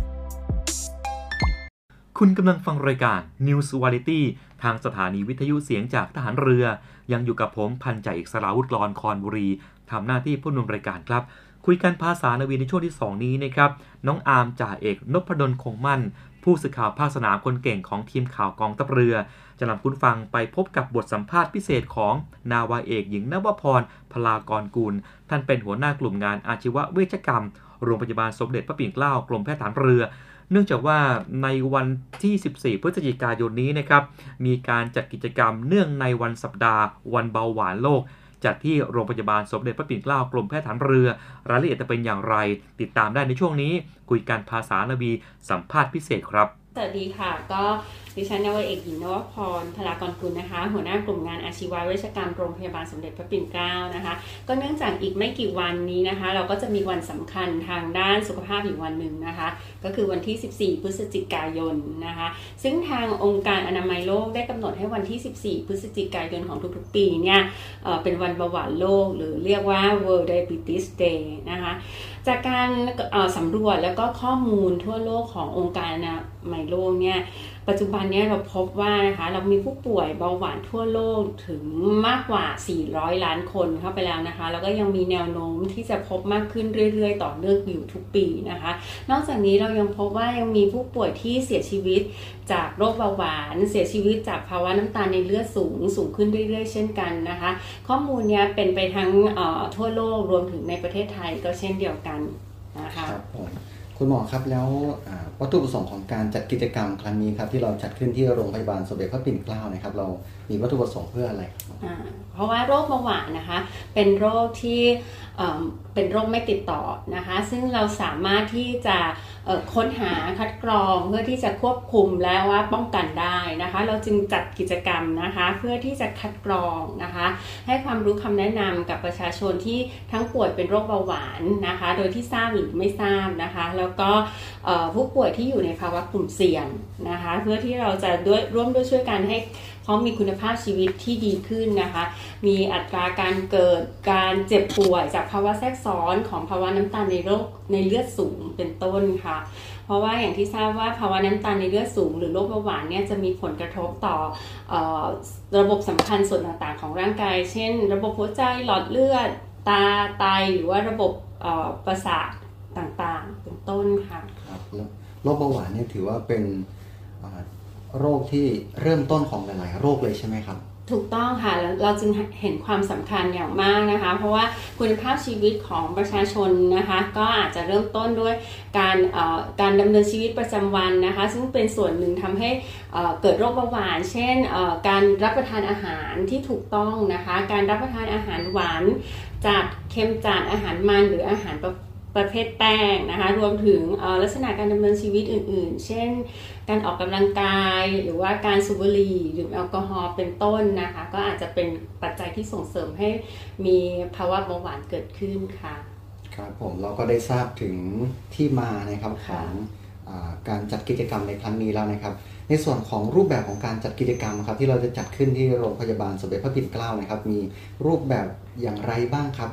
คุณกำลังฟังรายการ News Variety ทางสถานีวิทยุเสียงจากทหารเรือยังอยู่กับผมพันจ่าเอกสราวุธกลอนคอนบุรีทำหน้าที่ผู้ดำเนินรายการครับคุยกันภาษานาวีในช่วงที่สองนี้นะครับน้องอาร์มจ่าเอกนพดลคงมั่นผู้สื่อข่าวภาคสนามคนเก่งของทีมข่าวกองทัพเรือจะนำคุณฟังไปพบกับบทสัมภาษณ์พิเศษของนาวาเอกหญิงนวพรพลากรกุลท่านเป็นหัวหน้ากลุ่มงานอาชีวเวชกรรมโรงพยาบาลสมเด็จพระปิ่นเกล้ากรมแพทย์ทหารเรือเนื่องจากว่าในวันที่สิบสี่พฤศจิกายนนี้นะครับมีการจัดกิจกรรมเนื่องในวันสัปดาห์วันเบาหวานโลกจัดที่โรงพยาบาลสมเด็จพระปิ่นเกล้ากรมแพทย์ทหารเรือรายละเอียดจะเป็นอย่างไรติดตามได้ในช่วงนี้คุยกันภาษานาวีสัมภาษณ์พิเศษครับสวัสดีค่ะก็ดิฉันนาวาเอกหญิงนวพรพลากรกุลนะคะหัวหน้ากลุ่มงานอาชีวเวชกรรมโรงพยาบาลสมเด็จพระปิ่นเกล้านะคะก็เนื่องจากอีกไม่กี่วันนี้นะคะเราก็จะมีวันสำคัญทางด้านสุขภาพอีกวันหนึ่งนะคะก็คือวันที่สิบสี่พฤศจิกายนนะคะซึ่งทางองค์การอนามัยโลกได้กำหนดให้วันที่สิบสี่พฤศจิกายนของทุกๆปีเนี่ยเอ่อเป็นวันเบาหวานโลกหรือเรียกว่า World Diabetes Day นะคะจากการสำรวจแล้วก็ข้อมูลทั่วโลกขององค์การอนามัยโลกเนี่ยปัจจุบันนี้เราพบว่านะคะเรามีผู้ป่วยเบาหวานทั่วโลกถึงมากกว่าสี่ร้อยล้านคนเข้าไปแล้วนะคะแล้วก็ยังมีแนวโน้มที่จะพบมากขึ้นเรื่อยๆต่อเนื่องอยู่ทุกปีนะคะนอกจากนี้เรายังพบว่ายังมีผู้ป่วยที่เสียชีวิตจากโรคเบาหวานเสียชีวิตจากภาวะน้ำตาลในเลือดสูงสูงขึ้นเรื่อยๆเช่นกันนะคะข้อมูลนี้เป็นไปทั้งทั่วโลกรวมถึงในประเทศไทยก็เช่นเดียวกันนะคะครับผมคุณหมอครับแล้ววัตถุประสงค์ของการจัดกิจกรรมครั้งนี้ครับที่เราจัดขึ้นที่โรงพยาบาลสมเด็จพระปิ่นเกล้านะครับเรามีวัตถุประสงค์เพื่ออะไรครับเพราะว่าโรคเบาหวานนะคะเป็นโรคที่เป็นโรคไม่ติดต่อนะคะซึ่งเราสามารถที่จะค้นหาคัดกรองเพื่อที่จะควบคุมและว่าป้องกันได้นะคะเราจึงจัดกิจกรรมนะคะเพื่อที่จะคัดกรองนะคะให้ความรู้คำแนะนำกับประชาชนที่ทั้งป่วยเป็นโรคเบาหวานนะคะโดยที่ทราบหรือไม่ทราบนะคะแล้วก็ผู้ป่วยที่อยู่ในภาวะกลุ่มเสี่ยงนะคะเพื่อที่เราจะด้วยร่วมด้วยช่วยกันให้เขามีคุณภาพชีวิตที่ดีขึ้นนะคะมีอัตราการเกิดการเจ็บป่วยจากภาวะแทรกซ้อนของภาวะน้ำตาลในโรคในเลือดสูงเป็นต้นค่ะเพราะว่าอย่างที่ทราบว่าภาวะน้ำตาลในเลือดสูงหรือโรคเบาหวานเนี่ยจะมีผลกระทบต่อเอ่อระบบสำคัญส่วนต่างๆของร่างกายเช่นระบบหัวใจหลอดเลือดตาไตหรือว่าระบบเอ่อประสาทต่างๆเป็นต้นค่ะครับโรคเบาหวานเนี่ยถือว่าเป็นโรคที่เริ่มต้นของหลายๆโรคเลยใช่ไหมครับถูกต้องค่ะเราจึงเห็นความสำคัญอย่างมากนะคะเพราะว่าคุณภาพชีวิตของประชาชนนะคะก็อาจจะเริ่มต้นด้วยการการดำเนินชีวิตประจำวันนะคะซึ่งเป็นส่วนหนึ่งทำให้เกิดโรคเบาหวานเช่นการรับประทานอาหารที่ถูกต้องนะคะการรับประทานอาหารหวานจัดเค็มจัดอาหารมันหรืออาหารประประเภทแป้งนะคะรวมถึงลักษณะการดำเนินชีวิตอื่นๆเช่นการออกกำลังกายหรือว่าการสูบบุหรี่ดื่มแอลกอฮอล์เป็นต้นนะคะก็อาจจะเป็นปัจจัยที่ส่งเสริมให้มีภาวะเบาหวานเกิดขึ้นค่ะครับผมเราก็ได้ทราบถึงที่มานะครับของการจัดกิจกรรมในครั้งนี้แล้วนะครับในส่วนของรูปแบบของการจัดกิจกรรมครับที่เราจะจัดขึ้นที่โรงพยาบาลสมเด็จพระปิ่นเกล้านะครับมีรูปแบบอย่างไรบ้างครับ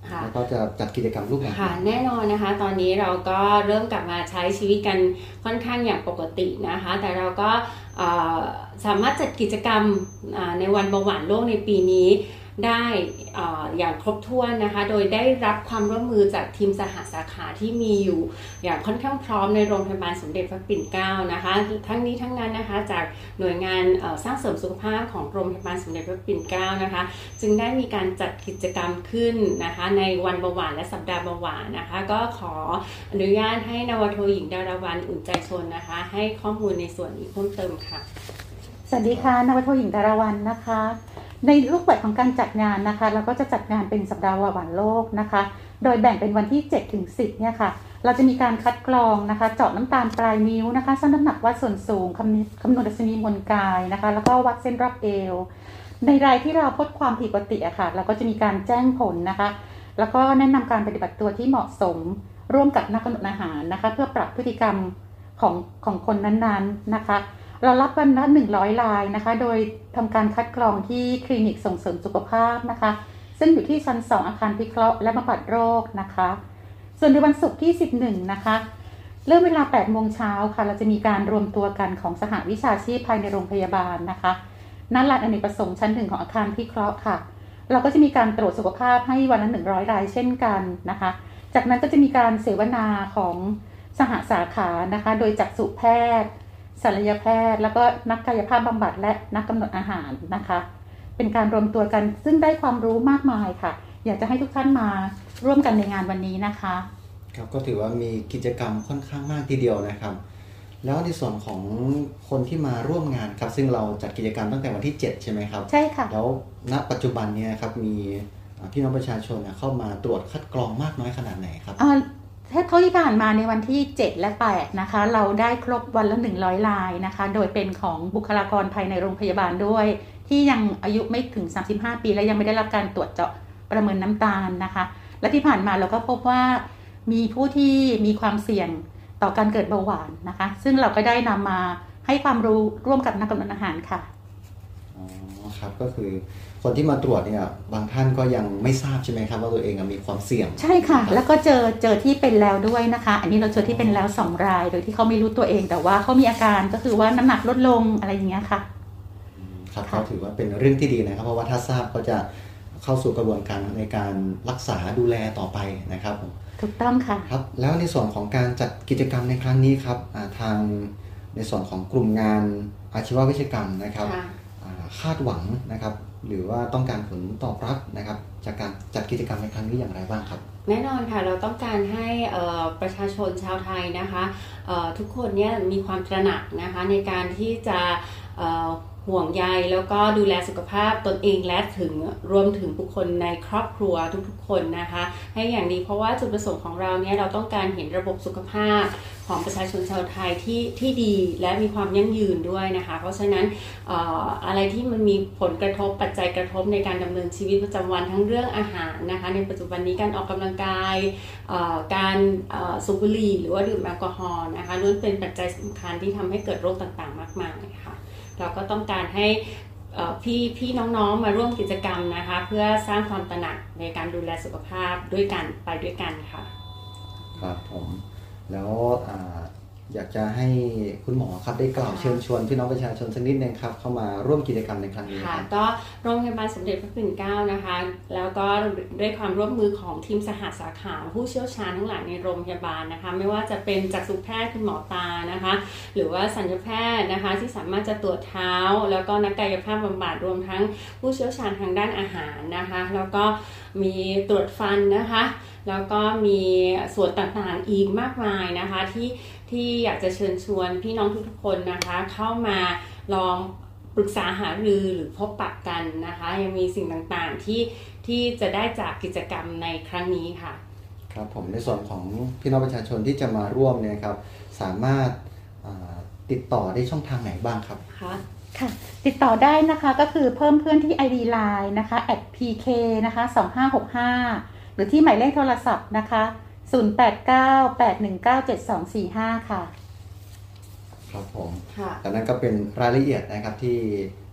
แล้วก็จะจัดกิจกรรมรูปแบบค่ะแน่นอนนะคะตอนนี้เราก็เริ่มกลับมาใช้ชีวิตกันค่อนข้างอย่างปกตินะคะแต่เราก็สามารถจัดกิจกรรมในวันเบาหวานโลกในปีนี้ได้อย่างครบถ้วนนะคะโดยได้รับความร่วมมือจากทีมสหสาขาที่มีอยู่อย่างค่อนข้างพร้อมในโรงพยาบาลสมเด็จพระปิ่นเกล้านะคะทั้งนี้ทั้งนั้นนะคะจากหน่วยงานสร้างเสริมสุขภาพของโรงพยาบาลสมเด็จพระปิ่นเกล้านะคะจึงได้มีการจัดกิจกรรมขึ้นนะคะในวันเบาหวานและสัปดาห์เบาหวานนะคะก็ขออนุญาตให้นวโทหญิงดารวรรณอุ่นใจชนนะคะให้ข้อมูลในส่วนนี้เพิ่มเติมค่ะสวัสดีค่ะนวโทหญิงดารวรรณนะคะในรูปแบบของการจัดงานนะคะเราก็จะจัดงานเป็นสัปดาห์เบาหวานโลกนะคะโดยแบ่งเป็นวันที่เจ็ดถึงสิบเนี่ยค่ะเราจะมีการคัดกรองนะคะเจาะน้ำตาลปลายนิ้วนะคะชั่งน้ำหนักวัดส่วนสูงคำนวณดัชนีมวลกายนะคะแล้วก็วัดเส้นรอบเอวในรายที่เราพบความผิดปกติอะค่ะเราก็จะมีการแจ้งผลนะคะแล้วก็แนะนำการปฏิบัติตัวที่เหมาะสมร่วมกับนักกำหนดอาหารนะคะเพื่อปรับพฤติกรรมของของคนนั้นๆนะคะเรารับวันละหนึ่งร้อยรายนะคะโดยทำการคัดกรองที่คลินิกส่งเสริมสุขภาพนะคะซึ่งอยู่ที่ชั้นสองอาคารพิเคราะห์และบำบัดโรคนะคะส่วนในวันศุกร์ที่สิบเอ็ดนะคะเริ่มเวลา แปดโมงเช้าค่ะเราจะมีการรวมตัวกันของสหวิชาชีพภายในโรงพยาบาลนะคะณ ลานอเนกประสงค์ชั้นหนึ่งของอาคารพิเคราะห์ค่ะเราก็จะมีการตรวจสุขภาพให้วันละหนึ่งร้อยรายเช่นกันนะคะจากนั้นก็จะมีการเสวนาของสหสาขานะคะโดยจักษุแพทย์ศัลยแพทย์แล้วก็นักกายภาพบำบัดและนักกำหนดอาหารนะคะเป็นการรวมตัวกันซึ่งได้ความรู้มากมายค่ะอยากจะให้ทุกท่านมาร่วมกันในงานวันนี้นะคะครับก็ถือว่ามีกิจกรรมค่อนข้างมากทีเดียวนะครับแล้วในส่วนของคนที่มาร่วมงานครับซึ่งเราจัดกิจกรรมตั้งแต่วันที่เจ็ดใช่ไหมครับใช่ค่ะแล้วณปัจจุบันเนี่ยครับมีพี่น้องประชาชนเข้ามาตรวจคัดกรองมากน้อยขนาดไหนครับเท่าที่ผ่านมาในวันที่เจ็ดและแปดนะคะเราได้ครบวันละหนึ่งร้อยรายนะคะโดยเป็นของบุคลากรภายในโรงพยาบาลด้วยที่ยังอายุไม่ถึงสามสิบห้าปีและยังไม่ได้รับการตรวจเจาะประเมินน้ำตาลนะคะและที่ผ่านมาเราก็พบว่ามีผู้ที่มีความเสี่ยงต่อการเกิดเบาหวานนะคะซึ่งเราก็ได้นำมาให้ความรู้ร่วมกับนักกำหนดอาหารค่ะอ๋อครับก็คือคนที่มาตรวจเนี่ยบางท่านก็ยังไม่ทราบใช่ไหมครับว่าตัวเองมีความเสี่ยงใช่ค่ะแล้วก็เจอเจอที่เป็นแล้วด้วยนะคะอันนี้เราเจอที่เป็นแล้วสองรายโดยที่เขาไม่รู้ตัวเองแต่ว่าเขามีอาการก็คือว่าน้ำหนักลดลงอะไรอย่างเงี้ยค่ะครับก็ถือว่าเป็นเรื่องที่ดีนะครับเพราะว่าถ้าทราบก็จะเข้าสู่กระบวนการในการรักษาดูแลต่อไปนะครับถูกต้องค่ะครับแล้วในส่วนของการจัดกิจกรรมในครั้งนี้ครับทางในส่วนของกลุ่มงานอาชีววิชกรรมนะครับคาดหวังนะครับหรือว่าต้องการผลตอบรับนะครับจากการจัดกิจกรรมในครั้งนี้อย่างไรบ้างครับแน่นอนค่ะเราต้องการให้ประชาชนชาวไทยนะคะทุกคนเนี่ยมีความตระหนักนะคะในการที่จะห่วงใยแล้วก็ดูแลสุขภาพตนเองและถึงรวมถึงบุคคลในครอบครัวทุกๆคนนะคะให้อย่างดีเพราะว่าจุดประสงค์ของเราเนี่ยเราต้องการเห็นระบบสุขภาพของประชาชนชาวไทยที่ที่ดีและมีความยั่งยืนด้วยนะคะเพราะฉะนั้น อ, อะไรที่มันมีผลกระทบปัจจัยกระทบในการดำเนินชีวิตประจำวันทั้งเรื่องอาหารนะคะในปัจจุบันนี้การออกกำลังกายการสูบบุหรี่หรือว่าดื่มแอลกอฮอล์นะคะล้วนเป็นปัจจัยสำคัญที่ทำให้เกิดโรคต่างๆมากมายค่ะเราก็ต้องการให้พี่พี่น้องๆมาร่วมกิจกรรมนะคะเพื่อสร้างความตระหนักในการดูแลสุขภาพด้วยกันไปด้วยกันค่ะครับผมแล้วอยากจะให้คุณหมอครับได้กล่าวเชิญชวนพี่น้องประชาชนสักนิดนึงครับเข้ามาร่วมกิจกรรมในครั้งนี้ค่ะก็โรงพยาบาลสมเด็จพระปิ่นเกล้านะคะแล้วก็ด้วยความร่วมมือของทีมสหสาขาผู้เชี่ยวชาญทั้งหลายในโรงพยาบาลนะคะไม่ว่าจะเป็นจักษุแพทย์คุณหมอตานะคะหรือว่าศัลยแพทย์นะคะที่สามารถจะตรวจเท้าแล้วก็นักกายภาพบำบัดรวมทั้งผู้เชี่ยวชาญทางด้านอาหารนะคะแล้วก็มีตรวจฟันนะคะแล้วก็มีส่วนต่างๆอีกมากมายนะคะที่ที่อยากจะเชิญชวนพี่น้องทุกๆคนนะคะเข้ามาลองปรึกษาหารือหรือพบปะกันนะคะยังมีสิ่งต่างๆที่ที่จะได้จากกิจกรรมในครั้งนี้ค่ะครับผมในส่วนของพี่น้องประชาชนที่จะมาร่วมเนี่ยครับสามารถติดต่อได้ช่องทางไหนบ้างครับค่ะค่ะติดต่อได้นะคะก็คือเพิ่มเพื่อนที่ ไอ ดี ไลน์ นะคะ แอท พี เค นะคะสองห้าหกห้าหรือที่หมายเลขโทรศัพท์นะคะศูนย์ แปด เก้า แปด หนึ่ง เก้า เจ็ด สอง สี่ ห้าค่ะครับผมค่ะแต่นั้นก็เป็นรายละเอียดนะครับที่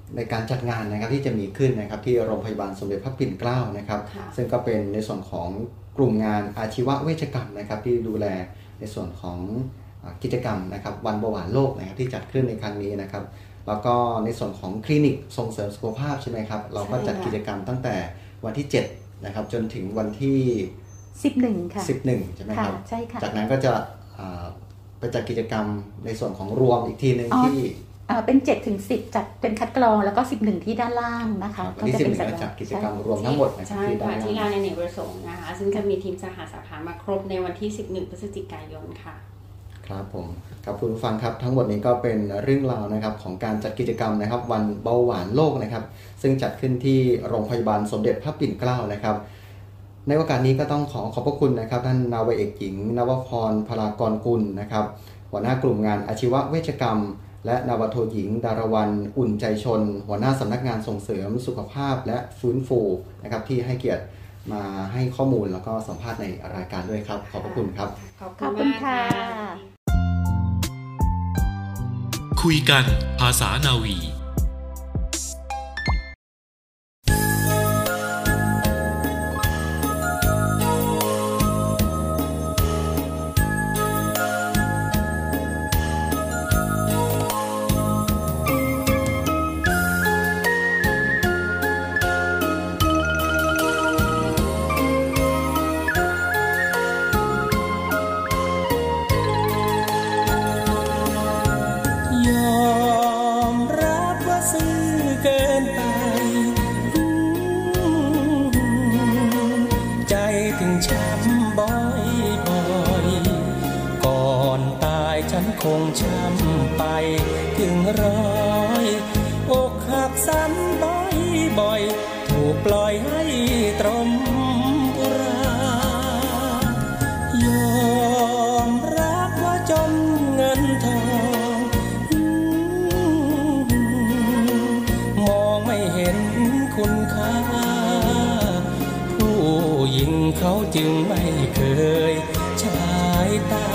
ในการจัดงานนะครับที่จะมีขึ้นนะครับที่โรงพยาบาลสมเด็จพระปิ่นเกล้านะครับซึ่งก็เป็นในส่วนของกลุ่มงานอาชีวเวชกรรมนะครับที่ดูแลในส่วนของกิจกรรมนะครับวันเบาหวานโลกนะครับที่จัดขึ้นในครั้งนี้นะครับแล้วก็ในส่วนของคลินิกส่งเสริมสุขภาพใช่ไหมครับเราก็จัดกิจกรรมตั้งแต่วันที่เจ็ดนะครับจนถึงวันที่สิบเอ็ดค่ะสิบเอ็ดใช่ไหมครับใช่ค่ะจากนั้นก็จะไปจัดกิจกรรมในส่วนของรวมอีกทีนึงที่เป็นเจ็ดถึงสิบจัดเป็นคัดกรองแล้วก็สิบเอ็ดที่ด้านล่างนะคะก็จะเป็นจัดกิจกรรมรวมทั้งหมดใช่ค่ะที่ลานอเนกประสงค์นะคะซึ่งจะมีทีมสหสาขามาครบในวันที่สิบเอ็ดพฤศจิกายนค่ะครับผมครับคุณผู้ฟังครับทั้งหมดนี้ก็เป็นเรื่องราวนะครับของการจัดกิจกรรมนะครับวันเบาหวานโลกนะครับซึ่งจัดขึ้นที่โรงพยาบาลสมเด็จพระปิ่นเกล้านะครับในโอกาสนี้ก็ต้องขอขอบพระคุณนะครับท่านนาวาเอกหญิงนวพรพลากรกุลนะครับหัวหน้ากลุ่มงานอาชีวเวชกรรมและนาวาโทหญิงดารวรรณอุ่นใจชนหัวหน้าสำนักงานส่งเสริมสุขภาพและฟื้นฟูนะครับที่ให้เกียรติมาให้ข้อมูลแล้วก็สัมภาษณ์ในรายการด้วยครับขอบพระคุณครับขอบคุณค่ะคุยกันภาษานาวีคงช้ำไปถึงร้อยอกหักซ้ำบ่อยบ่อยถูกปล่อยให้ตรมอุรายอมรับว่าจมเงินทองมองไม่เห็นคุณค่าผู้หญิงเขาจึงไม่เคยฉายตา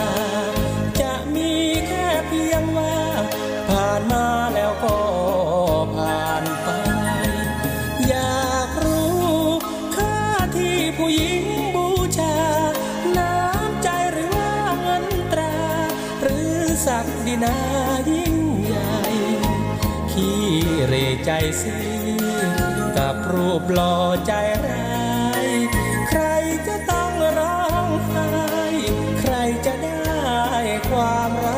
ผ่านมาแล้วก็ผ่านไปอยากรู้ค่าที่ผู้หญิงบูชาน้ำใจหรือว่าเงินตราหรือศักดินายิ่งใหญ่ขี้เรใจซื่อกับรูปหล่อใจร้ายใครจะต้องร้องไห้ใครจะได้ความรัก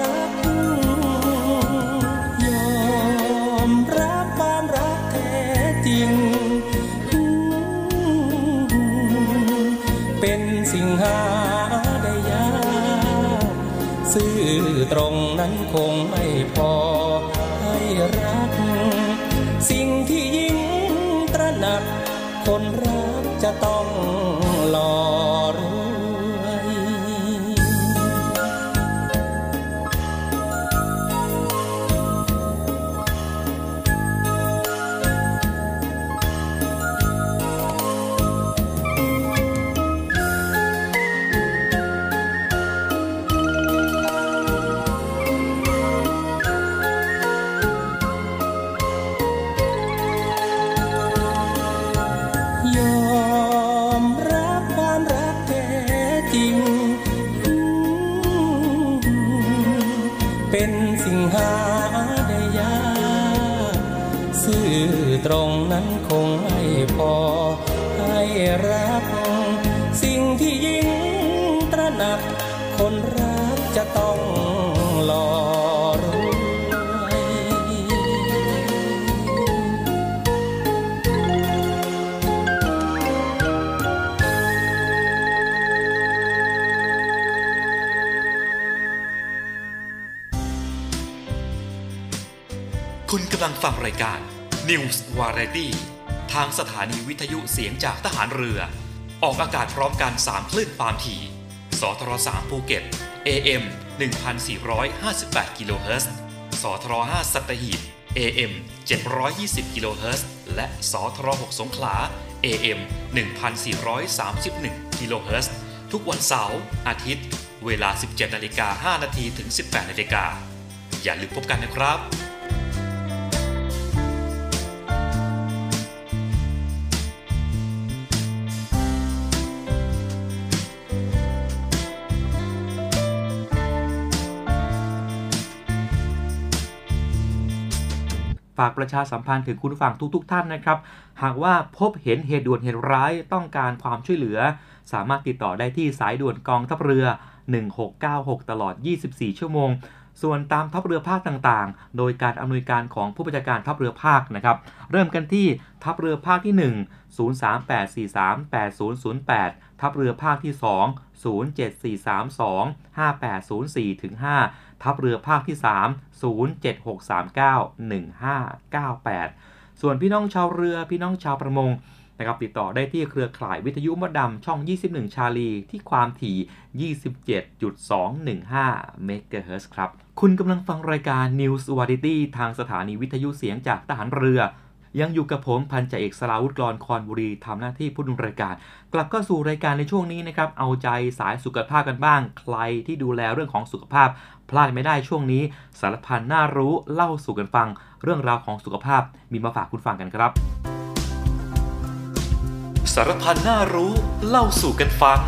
เป็นสิ่งหาได้ยากซื่อตรงนั้นคงไม่พอให้รักสิ่งที่ยิ่งตระหนักคนรักจะต้องหล่อรวยเป็นสิ่งหาได้ยากซื่อตรงนั้นคงไม่พอให้รักสิ่งที่ยิ่งตระหนักคนรักจะต้องหล่อรวยคุณกำลังฟังรายการ News Variety ทางสถานีวิทยุเสียงจากทหารเรือออกอากาศพร้อมกันสามคลื่นความถี่สทรสามภูเก็ต เอ เอ็ม หนึ่งพันสี่ร้อยห้าสิบแปด กิโลเฮิรตซ์สทรห้าสัตหีบ เอ เอ็ม เจ็ดร้อยยี่สิบ กิโลเฮิรตซ์และสทรหกสงขลา เอ เอ็ม หนึ่งพันสี่ร้อยสามสิบเอ็ด กิโลเฮิรตซ์ทุกวันเสาร์อาทิตย์เวลา สิบเจ็ดนาฬิกาห้านาทีถึง สิบแปดนาฬิกาอย่าลืมพบกันนะครับฝากประชาสัมพันธ์ถึงคุณผู้ฟังทุกๆท่านนะครับหากว่าพบเห็นเหตุด่วนเหตุร้ายต้องการความช่วยเหลือสามารถติดต่อได้ที่สายด่วนกองทัพเรือหนึ่งหกเก้าหกตลอดยี่สิบสี่ชั่วโมงส่วนตามทัพเรือภาคต่างๆโดยการอำนวยการของผู้บัญชาการทัพเรือภาคนะครับเริ่มกันที่ทัพเรือภาคที่หนึ่ง ศูนย์ สาม แปด สี่ สาม แปด ศูนย์ ศูนย์ แปดทัพเรือภาคที่สอง ศูนย์ เจ็ด สี่ สาม สอง ห้า แปด ศูนย์ สี่ ถึง ห้าทัพเรือภาคที่สาม ศูนย์ เจ็ด หก สาม เก้า หนึ่ง ห้า เก้า แปดส่วนพี่น้องชาวเรือพี่น้องชาวประมงนะครับติดต่อได้ที่เครือข่ายวิทยุมดดำช่องยี่สิบเอ็ดชาลีที่ความถี่ ยี่สิบเจ็ดจุดสองหนึ่งห้า เมกะเฮิรตซ์ครับคุณกำลังฟังรายการ News Variety ทางสถานีวิทยุเสียงจากทหารเรือยังอยู่กับผมพันจ่าเอกสราวุธกลอนคอนบุรีทำหน้าที่ผู้ดำเนินรายการกลับเข้าสู่รายการในช่วงนี้นะครับเอาใจสายสุขภาพกันบ้างใครที่ดูแลเรื่องของสุขภาพพลาดไม่ได้ช่วงนี้สารพันน่ารู้เล่าสู่กันฟังเรื่องราวของสุขภาพมีมาฝากคุณฟังกันครับสารพันน่ารู้เล่าสู่กันฟัง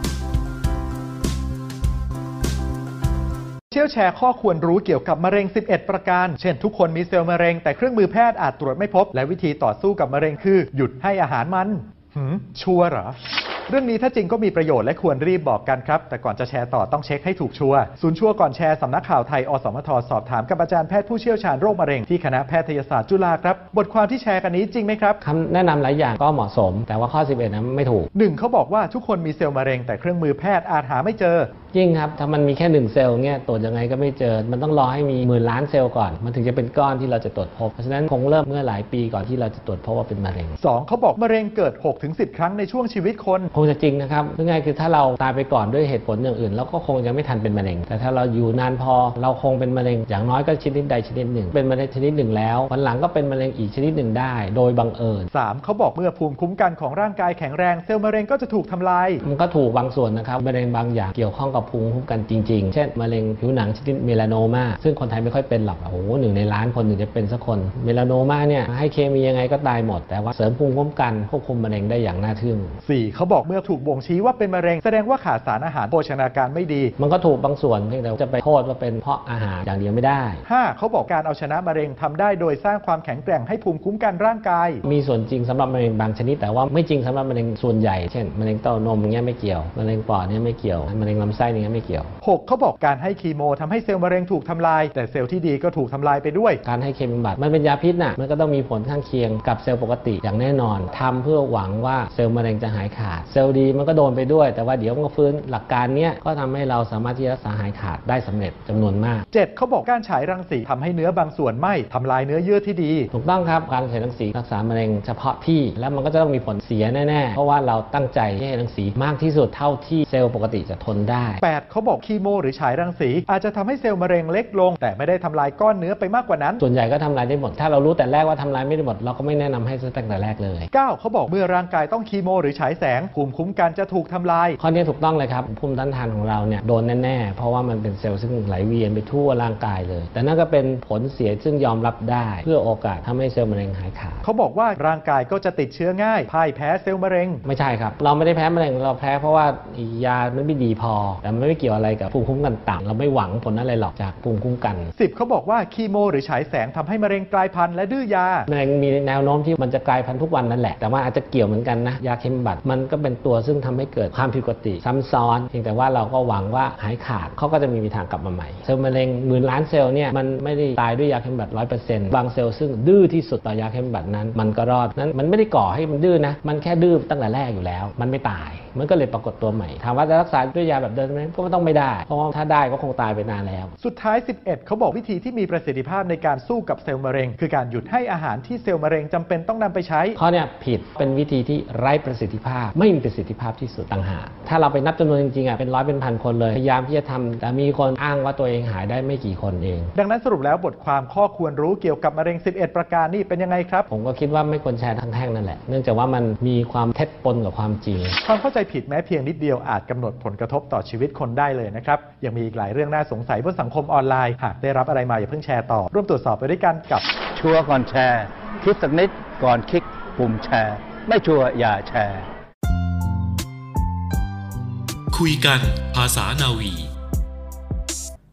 เชี่ยวแชร์ข้อควรรู้เกี่ยวกับมะเร็งสิบเอ็ดประการเช่นทุกคนมีเซลล์มะเร็งแต่เครื่องมือแพทย์อาจตรวจไม่พบและวิธีต่อสู้กับมะเร็งคือหยุดให้อาหารมันหืมชัวร์เหรอเรื่องนี้ถ้าจริงก็มีประโยชน์และควรรีบบอกกันครับแต่ก่อนจะแชร์ต่อต้องเช็คให้ถูกชัวร์ศูนย์ชัวร์ก่อนแชร์สำนักข่าวไทยอสมทสอบถามกับอาจารย์แพทย์ผู้เชี่ยวชาญโรคมะเร็งที่คณะแพทยศาสตร์จุฬาครับบทความที่แชร์กันนี้จริงไหมครับคำแนะนำหลายอย่างก็เหมาะสมแต่ว่าข้อสิบเอ็ดนั้นไม่ถูกหนึ่งเขาบอกว่าทุกคนมีเซลล์มะเร็งแต่เครื่องมือแพทย์อาจหาไม่เจอจริงครับถ้ามันมีแค่หนึ่งเซลล์เนี่ยตรวจยังไงก็ไม่เจอมันต้องรอให้มีหมื่นล้านเซลล์ก่อนมันถึงจะเป็นก้อนที่เราจะตรวจพบเพราะฉะนั้นคงเริ่มเมื่อหลายปีก่อนที่เราจะตรวจพบว่าเป็นมะเร็งสองเขาบอกมะเร็งเกิด หกถึงสิบ ครั้งในช่วงชีวิตคนคงจะจริงนะครับง่ายๆคือถ้าเราตายไปก่อนด้วยเหตุผลอย่างอื่นเราก็คงยังไม่ทันเป็นมะเร็งแต่ถ้าเราอยู่นานพอเราคงเป็นมะเร็งอย่างน้อยก็ชนิดใดชนิดหนึ่งเป็นมะเร็งชนิดหนึ่งแล้ววันหลังก็เป็นมะเร็งอีกชนิดหนึ่งได้โดยบังเอิญสามเขาบอกเมื่อภูมิคุ้มกันของร่างกายแข็งแรงเซลล์มะเร็งก็จะถูกทำลายมันก็ถูกบางส่วนนะครับมะเร็งบางอย่างเกี่ยวข้องกับภูมิคุ้มกันจริงๆเช่นมะเร็งผิวหนังชนิดเมลาโนมาซึ่งคนไทยไม่ค่อยเป็นหรอกโอ้โหหนึ่งในล้านคนถึงจะเป็นสักคนเมลาโนมาเนี่ยให้เคมียังไงก็ตายหมดแต่ว่าเสริมภูมิคุ้มกันควบคุมมะเร็งได้อย่างน่าทึ่งสี่เขาบอกเมื่อถูกบ่งชี้ว่าเป็นมะเร็งแสดงว่าขาดสารอาหารโภชนาการไม่ดีมันก็ถูกบางส่วนเพียงแต่จะไปโทษว่าเป็นเพราะอาหารอย่างเดียวไม่ได้ห้าเขาบอกการเอาชนะมะเร็งทำได้โดยสร้างความแข็งแกร่งให้ภูมิคุ้มกันร่างกายมีส่วนจริงสำหรับมะเร็งบางชนิดแต่ว่าไม่จริงสำหรับมะเร็งส่วนใหญ่เช่นมะเร็งเต้านมอย่างเงี้ยไม่เกี่ยวมะเร็งปอดเนี่ยไม่เกี่ยวมะเร็งลำไส้เนี่ยไม่เกี่ยวหกเขาบอกการให้คีโมทำให้เซลล์มะเร็งถูกทำลายแต่เซลล์ที่ดีก็ถูกทำลายไปด้วยการให้เคมีบำบัดมันเป็นยาพิษน่ะมันก็ต้องมีผลข้างเคียงกับเซลล์ปกติอย่างแน่นอนทำเพื่อหวังว่าเซลล์มะเร็งจะหายขาดเซลล์ดีมันก็โดนไปด้วยแต่ว่าเดี๋ยวมันก็ฟื้นหลักการเนี้ยก็ทำให้เราสามารถที่จะรักษาหายขาดได้สำเร็จจำนวนมากเจ็ดเขาบอกการฉายรังสีทำให้เนื้อบางส่วนไหม้ทำลายเนื้อเยื่อที่ดีถูกต้องครับการฉายรังสีรักษามะเร็งเฉพาะที่แล้วมันก็จะต้องมีผลเสียแน่ๆเพราะว่าเราตั้งใจให้รังสีมากที่สุดเท่าที่เซลล์ปกติจะทนได้แปดเขาบอกคีโมหรือฉายรังสีอาจจะทำให้เซลล์มะเร็งเล็กลงแต่ไม่ได้ทำลายก้อนเนื้อไปมากกว่านั้นส่วนใหญ่ก็ทำลายได้หมดถ้าเรารู้แต่แรกว่าทำลายไม่ได้หมดเราก็ไม่แนะนำให้ตั้งแต่แรกเลยเก้าเขาบอกเมื่อร่างกายต้องคีโมหรือฉายแสงภูมิคุ้มกันจะถูกทำลายข้อนี้ถูกต้องเลยครับภูมิต้านทานของเราเนี่ยโดนแน่ๆเพราะว่ามันเป็นเซลล์ซึ่งไหลเวียนไปทั่วร่างกายเลยแต่นั่นก็เป็นผลเสียซึ่งยอมรับได้เพื่อโอกาสทำให้เซลล์มะเร็งหายขาดเขาบอกว่าร่างกายก็จะติดเชื้อง่ายพ่ายแพ้เซลล์มะเร็งไม่ใช่ครับเราไม่ได้แพ้มะเร็งเราแพ้เพราะว่ายาไม่ดีพอแต่มันไม่เกี่ยวอะไรกับภูมิคุ้มกันต่ำเราไม่หวังผลอะไรหรอกจากภูมิคุ้มกันสิบเขาบอกว่าคีโมหรือฉายแสงทำให้มะเร็งกลายพันธุ์และดื้อยามะเร็งมีแนวโน้มที่มันจะกลายพันธุ์ทุกวันนั่นแหละแต่ว่าอาจจะเกี่ยวเหมือนกันนะยาเคมีบำบัดมันก็เป็นตัวซึ่งทำให้เกิดความผิดปกติซ้ำซ้อนเพียงแต่ว่าเราก็หวังว่าหายขาดเขาก็จะมีทางกลับมาใหม่เซลล์มะเร็งหมื่นล้านเซลล์เนี่ยมันไม่ได้ตายด้วยยาเคมีบำบัด ร้อยเปอร์เซ็นต์ บางเซลล์ซึ่งดื้อที่สุดต่อยาเคมีบำบัดนั้นมันก็รอดนั้นมันไม่ได้ก่อให้มันดื้อนะมันแค่ดื้อตั้งแต่แรกอยู่แล้วมันไม่ตายมันก็เลยปรากฏตัวใหม่ถามว่าจะรักษาด้วยยาแบบเดิมไหมก็ไม่ต้องไม่ได้เพราะว่าถ้าได้ก็คงตายไปนานแล้วสุดท้ายสิบเอ็ดเขาบอกวิธีที่มีประสิทธิภาพในการสู้กับเซลล์มะเร็งคือการหยุดให้อาหารที่เซลล์มะเร็งจำเป็นต้องนำไปใช้ข้อเนี้ยผิดเป็นวิธีที่ไร้ประสิทธิภาพไม่มีประสิทธิภาพที่สุดต่างหากถ้าเราไปนับจำนวนจริงๆอ่ะเป็นร้อยเป็นพันคนเลยพยายามที่จะทำแต่มีคนอ้างว่าตัวเองหายได้ไม่กี่คนเองดังนั้นสรุปแล้วบทความข้อควรรู้เกี่ยวกับมะเร็งสิบเอ็ดประการนี่เป็นยังไงครับผมก็คิดว่าไม่ควรแชร์ทั้งแท่งนั่นแหละเนื่องจากว่ามันมีความเท็จปนกับความจริงความเข้าใจผิดแม้เพียงนิดเดียวอาจกำหนดผลกระทบต่อชีวิตคนได้เลยนะครับยังมีอีกหลายเรื่องน่าสงสัยบนสังคมออนไลน์หากได้รับอะไรมาอย่าเพิ่งแชร์ต่อร่วมตรวจสอบไปด้วยกันกับชัวร์ก่อนแชร์คิดสักนิดก่อนคลิกปุ่มแชร์ไม่ชัวร์อย่าแชร์คุยกันภาษานาวี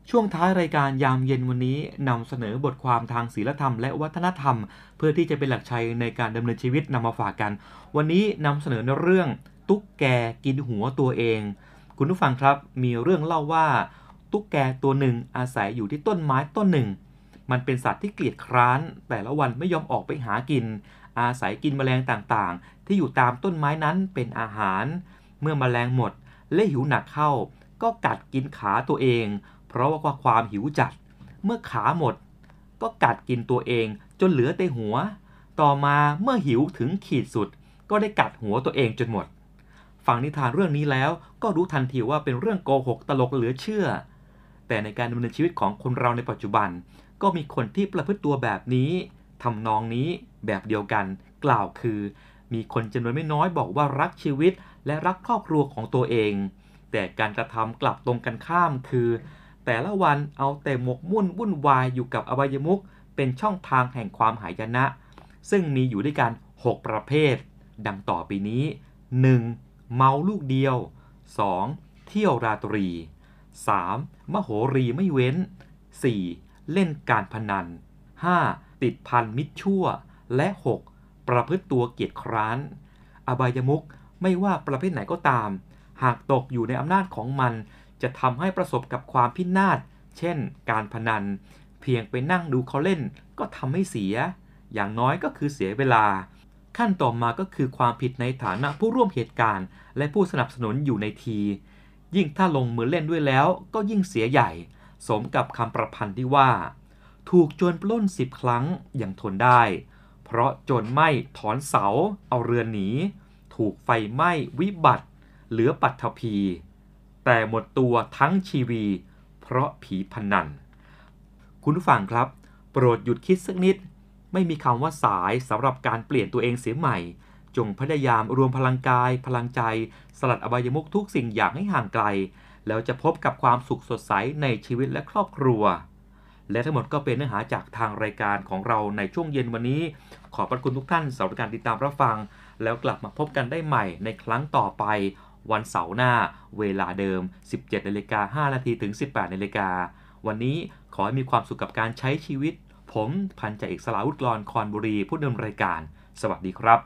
ช่วงท้ายรายการยามเย็นวันนี้นำเสนอบทความทางศีลธรรมและวัฒนธรรมเพื่อที่จะเป็นหลักชัยในการดำเนินชีวิตนำมาฝากกันวันนี้นำเสนอในเรื่องตุ๊กแกกินหัวตัวเองคุณผู้ฟังครับมีเรื่องเล่าว่าตุ๊กแกตัวหนึ่งอาศัยอยู่ที่ต้นไม้ต้นหนึ่งมันเป็นสัตว์ที่เกลียดคร้านแต่ละวันไม่ยอมออกไปหากินอาศัยกินแมลงต่างๆที่อยู่ตามต้นไม้นั้นเป็นอาหารเมื่อแมลงหมดและหิวหนักเข้าก็กัดกินขาตัวเองเพราะว่าความหิวจัดเมื่อขาหมดก็กัดกินตัวเองจนเหลือแต่หัวต่อมาเมื่อหิวถึงขีดสุดก็ได้กัดหัวตัวเองจนหมดฟังนิทานเรื่องนี้แล้วก็รู้ทันทีว่าเป็นเรื่องโกหกตลกเหลือเชื่อแต่ในการดำเนินชีวิตของคนเราในปัจจุบันก็มีคนที่ประพฤติตัวแบบนี้ทำนองนี้แบบเดียวกันกล่าวคือมีคนจำนวนไม่น้อยบอกว่ารักชีวิตและรักครอบครัวของตัวเองแต่การกระทำกลับตรงกันข้ามคือแต่ละวันเอาแต่หมกมุ่นวุ่นวายอยู่กับอบายมุขเป็นช่องทางแห่งความหายนะ ซึ่งมีอยู่ด้วยกันหกประเภทดังต่อไปนี้ หนึ่ง. เมาลูกเดียว สอง. เที่ยวราตรี สาม. มโหรีไม่เว้น สี่. เล่นการพนัน ห้า. ติดพันมิตรชั่วและ หก. ประพฤติตัวเกียจคร้านอบายมุขไม่ว่าประเภทไหนก็ตามหากตกอยู่ในอำนาจของมันจะทำให้ประสบกับความพินาศเช่นการพนันเพียงไปนั่งดูเขาเล่นก็ทำให้เสียอย่างน้อยก็คือเสียเวลาขั้นต่อมาก็คือความผิดในฐานะผู้ร่วมเหตุการณ์และผู้สนับสนุนอยู่ในทียิ่งถ้าลงมือเล่นด้วยแล้วก็ยิ่งเสียใหญ่สมกับคำประพันธ์ที่ว่าถูกโจรปล้นสิบครั้งยังทนได้เพราะโจรไม่ถอนเสาเอาเรือนหนีถูกไฟไหม้วิบัติเหลือปัทภีแต่หมดตัวทั้งชีวีเพราะผีพนันคุณผู้ฟังครับโปรดหยุดคิดสักนิดไม่มีคำว่าสายสำหรับการเปลี่ยนตัวเองเสียใหม่จงพยายามรวมพลังกายพลังใจสลัดอบายมุขทุกสิ่งอย่างให้ห่างไกลแล้วจะพบกับความสุขสดใสในชีวิตและครอบครัวและทั้งหมดก็เป็นเนื้อหาจากทางรายการของเราในช่วงเย็นวันนี้ขอบพระคุณทุกท่านสำหรับการติดตามรับฟังแล้วกลับมาพบกันได้ใหม่ในครั้งต่อไปวันเสาร์หน้าเวลาเดิม สิบเจ็ดนาฬิกาห้านาที ถึง สิบแปดนาฬิกาวันนี้ขอให้มีความสุขกับการใช้ชีวิตผมพันจ่าเอกสราวุฒิ กลอนคอนบุรีผู้ดำเนินรายการสวัสดีครับ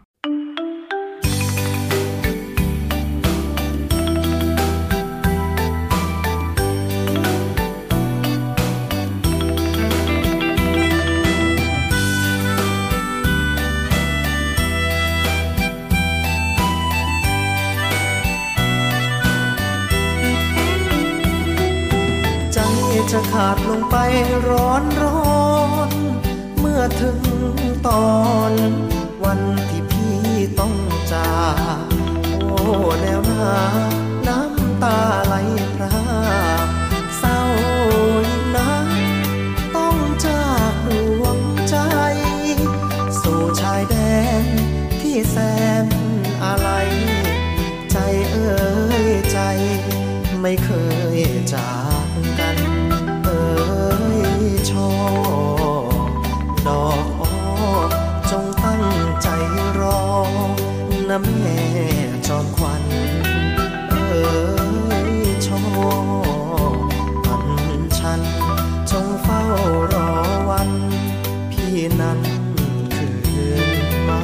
จะขาดลงไปร้อนร้อนเมื่อถึงตอนวันที่พี่ต้องจากโอ้แนวหน้าน้ำตาไหลพรากเศร้ายิ่งนักต้องจากดวงใจสู่ชายแดนที่แสนอะไรใจเอ่ยใจไม่เคยจากกันช่อดอกอ้อจงตั้งใจรอนะแม่จอมขวัญเอ้ยช่อพันฉันจงเฝ้ารอวันพี่นั้นคืนมา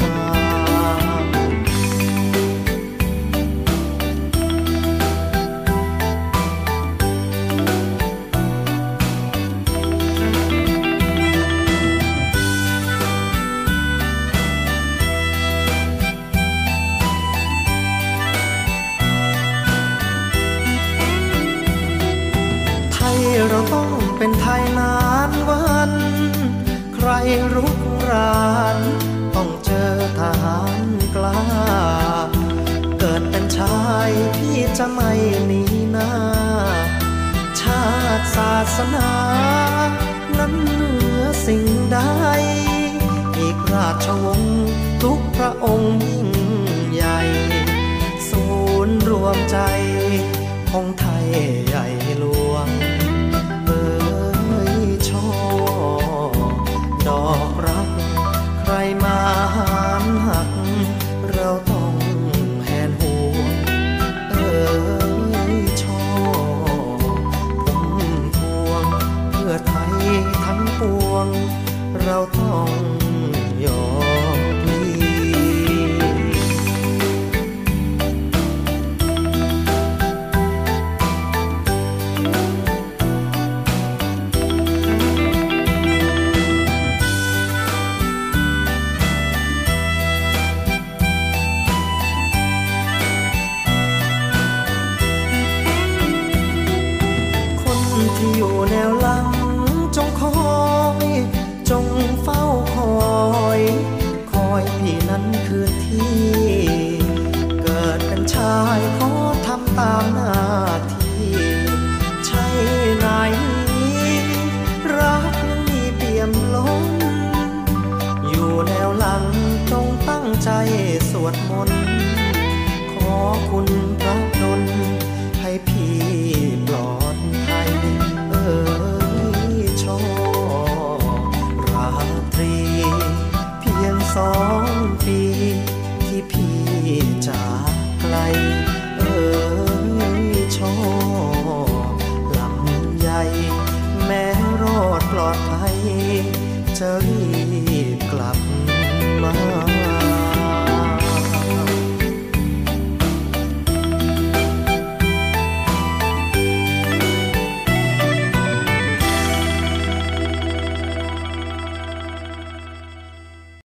เราต้องเป็นไทยนานวันใครรุกรานต้องเจอทหารกล้าเกิดเป็นชายพี่จะไม่หนีหน้าชาติศาสนานั้นเหนือสิ่งใดอีกราชวงศ์ทุกพระองค์ยิ่งใหญ่ศูนย์รวมใจของไทยใหญ่หลวงดอกรักใครมาหามหักเราต้องแหนห่วงเอ้ยช่อผมพวงแนวหลังจงคอยจงเฝ้าคอยคอยพี่นั้นคืนที่เกิดเป็นชายขอทำตามหน้าที่ใช่ไหนรักมีเปี่ยมล้นอยู่แนวหลังจงตั้งใจสวดมนต์ขอคุณพระดล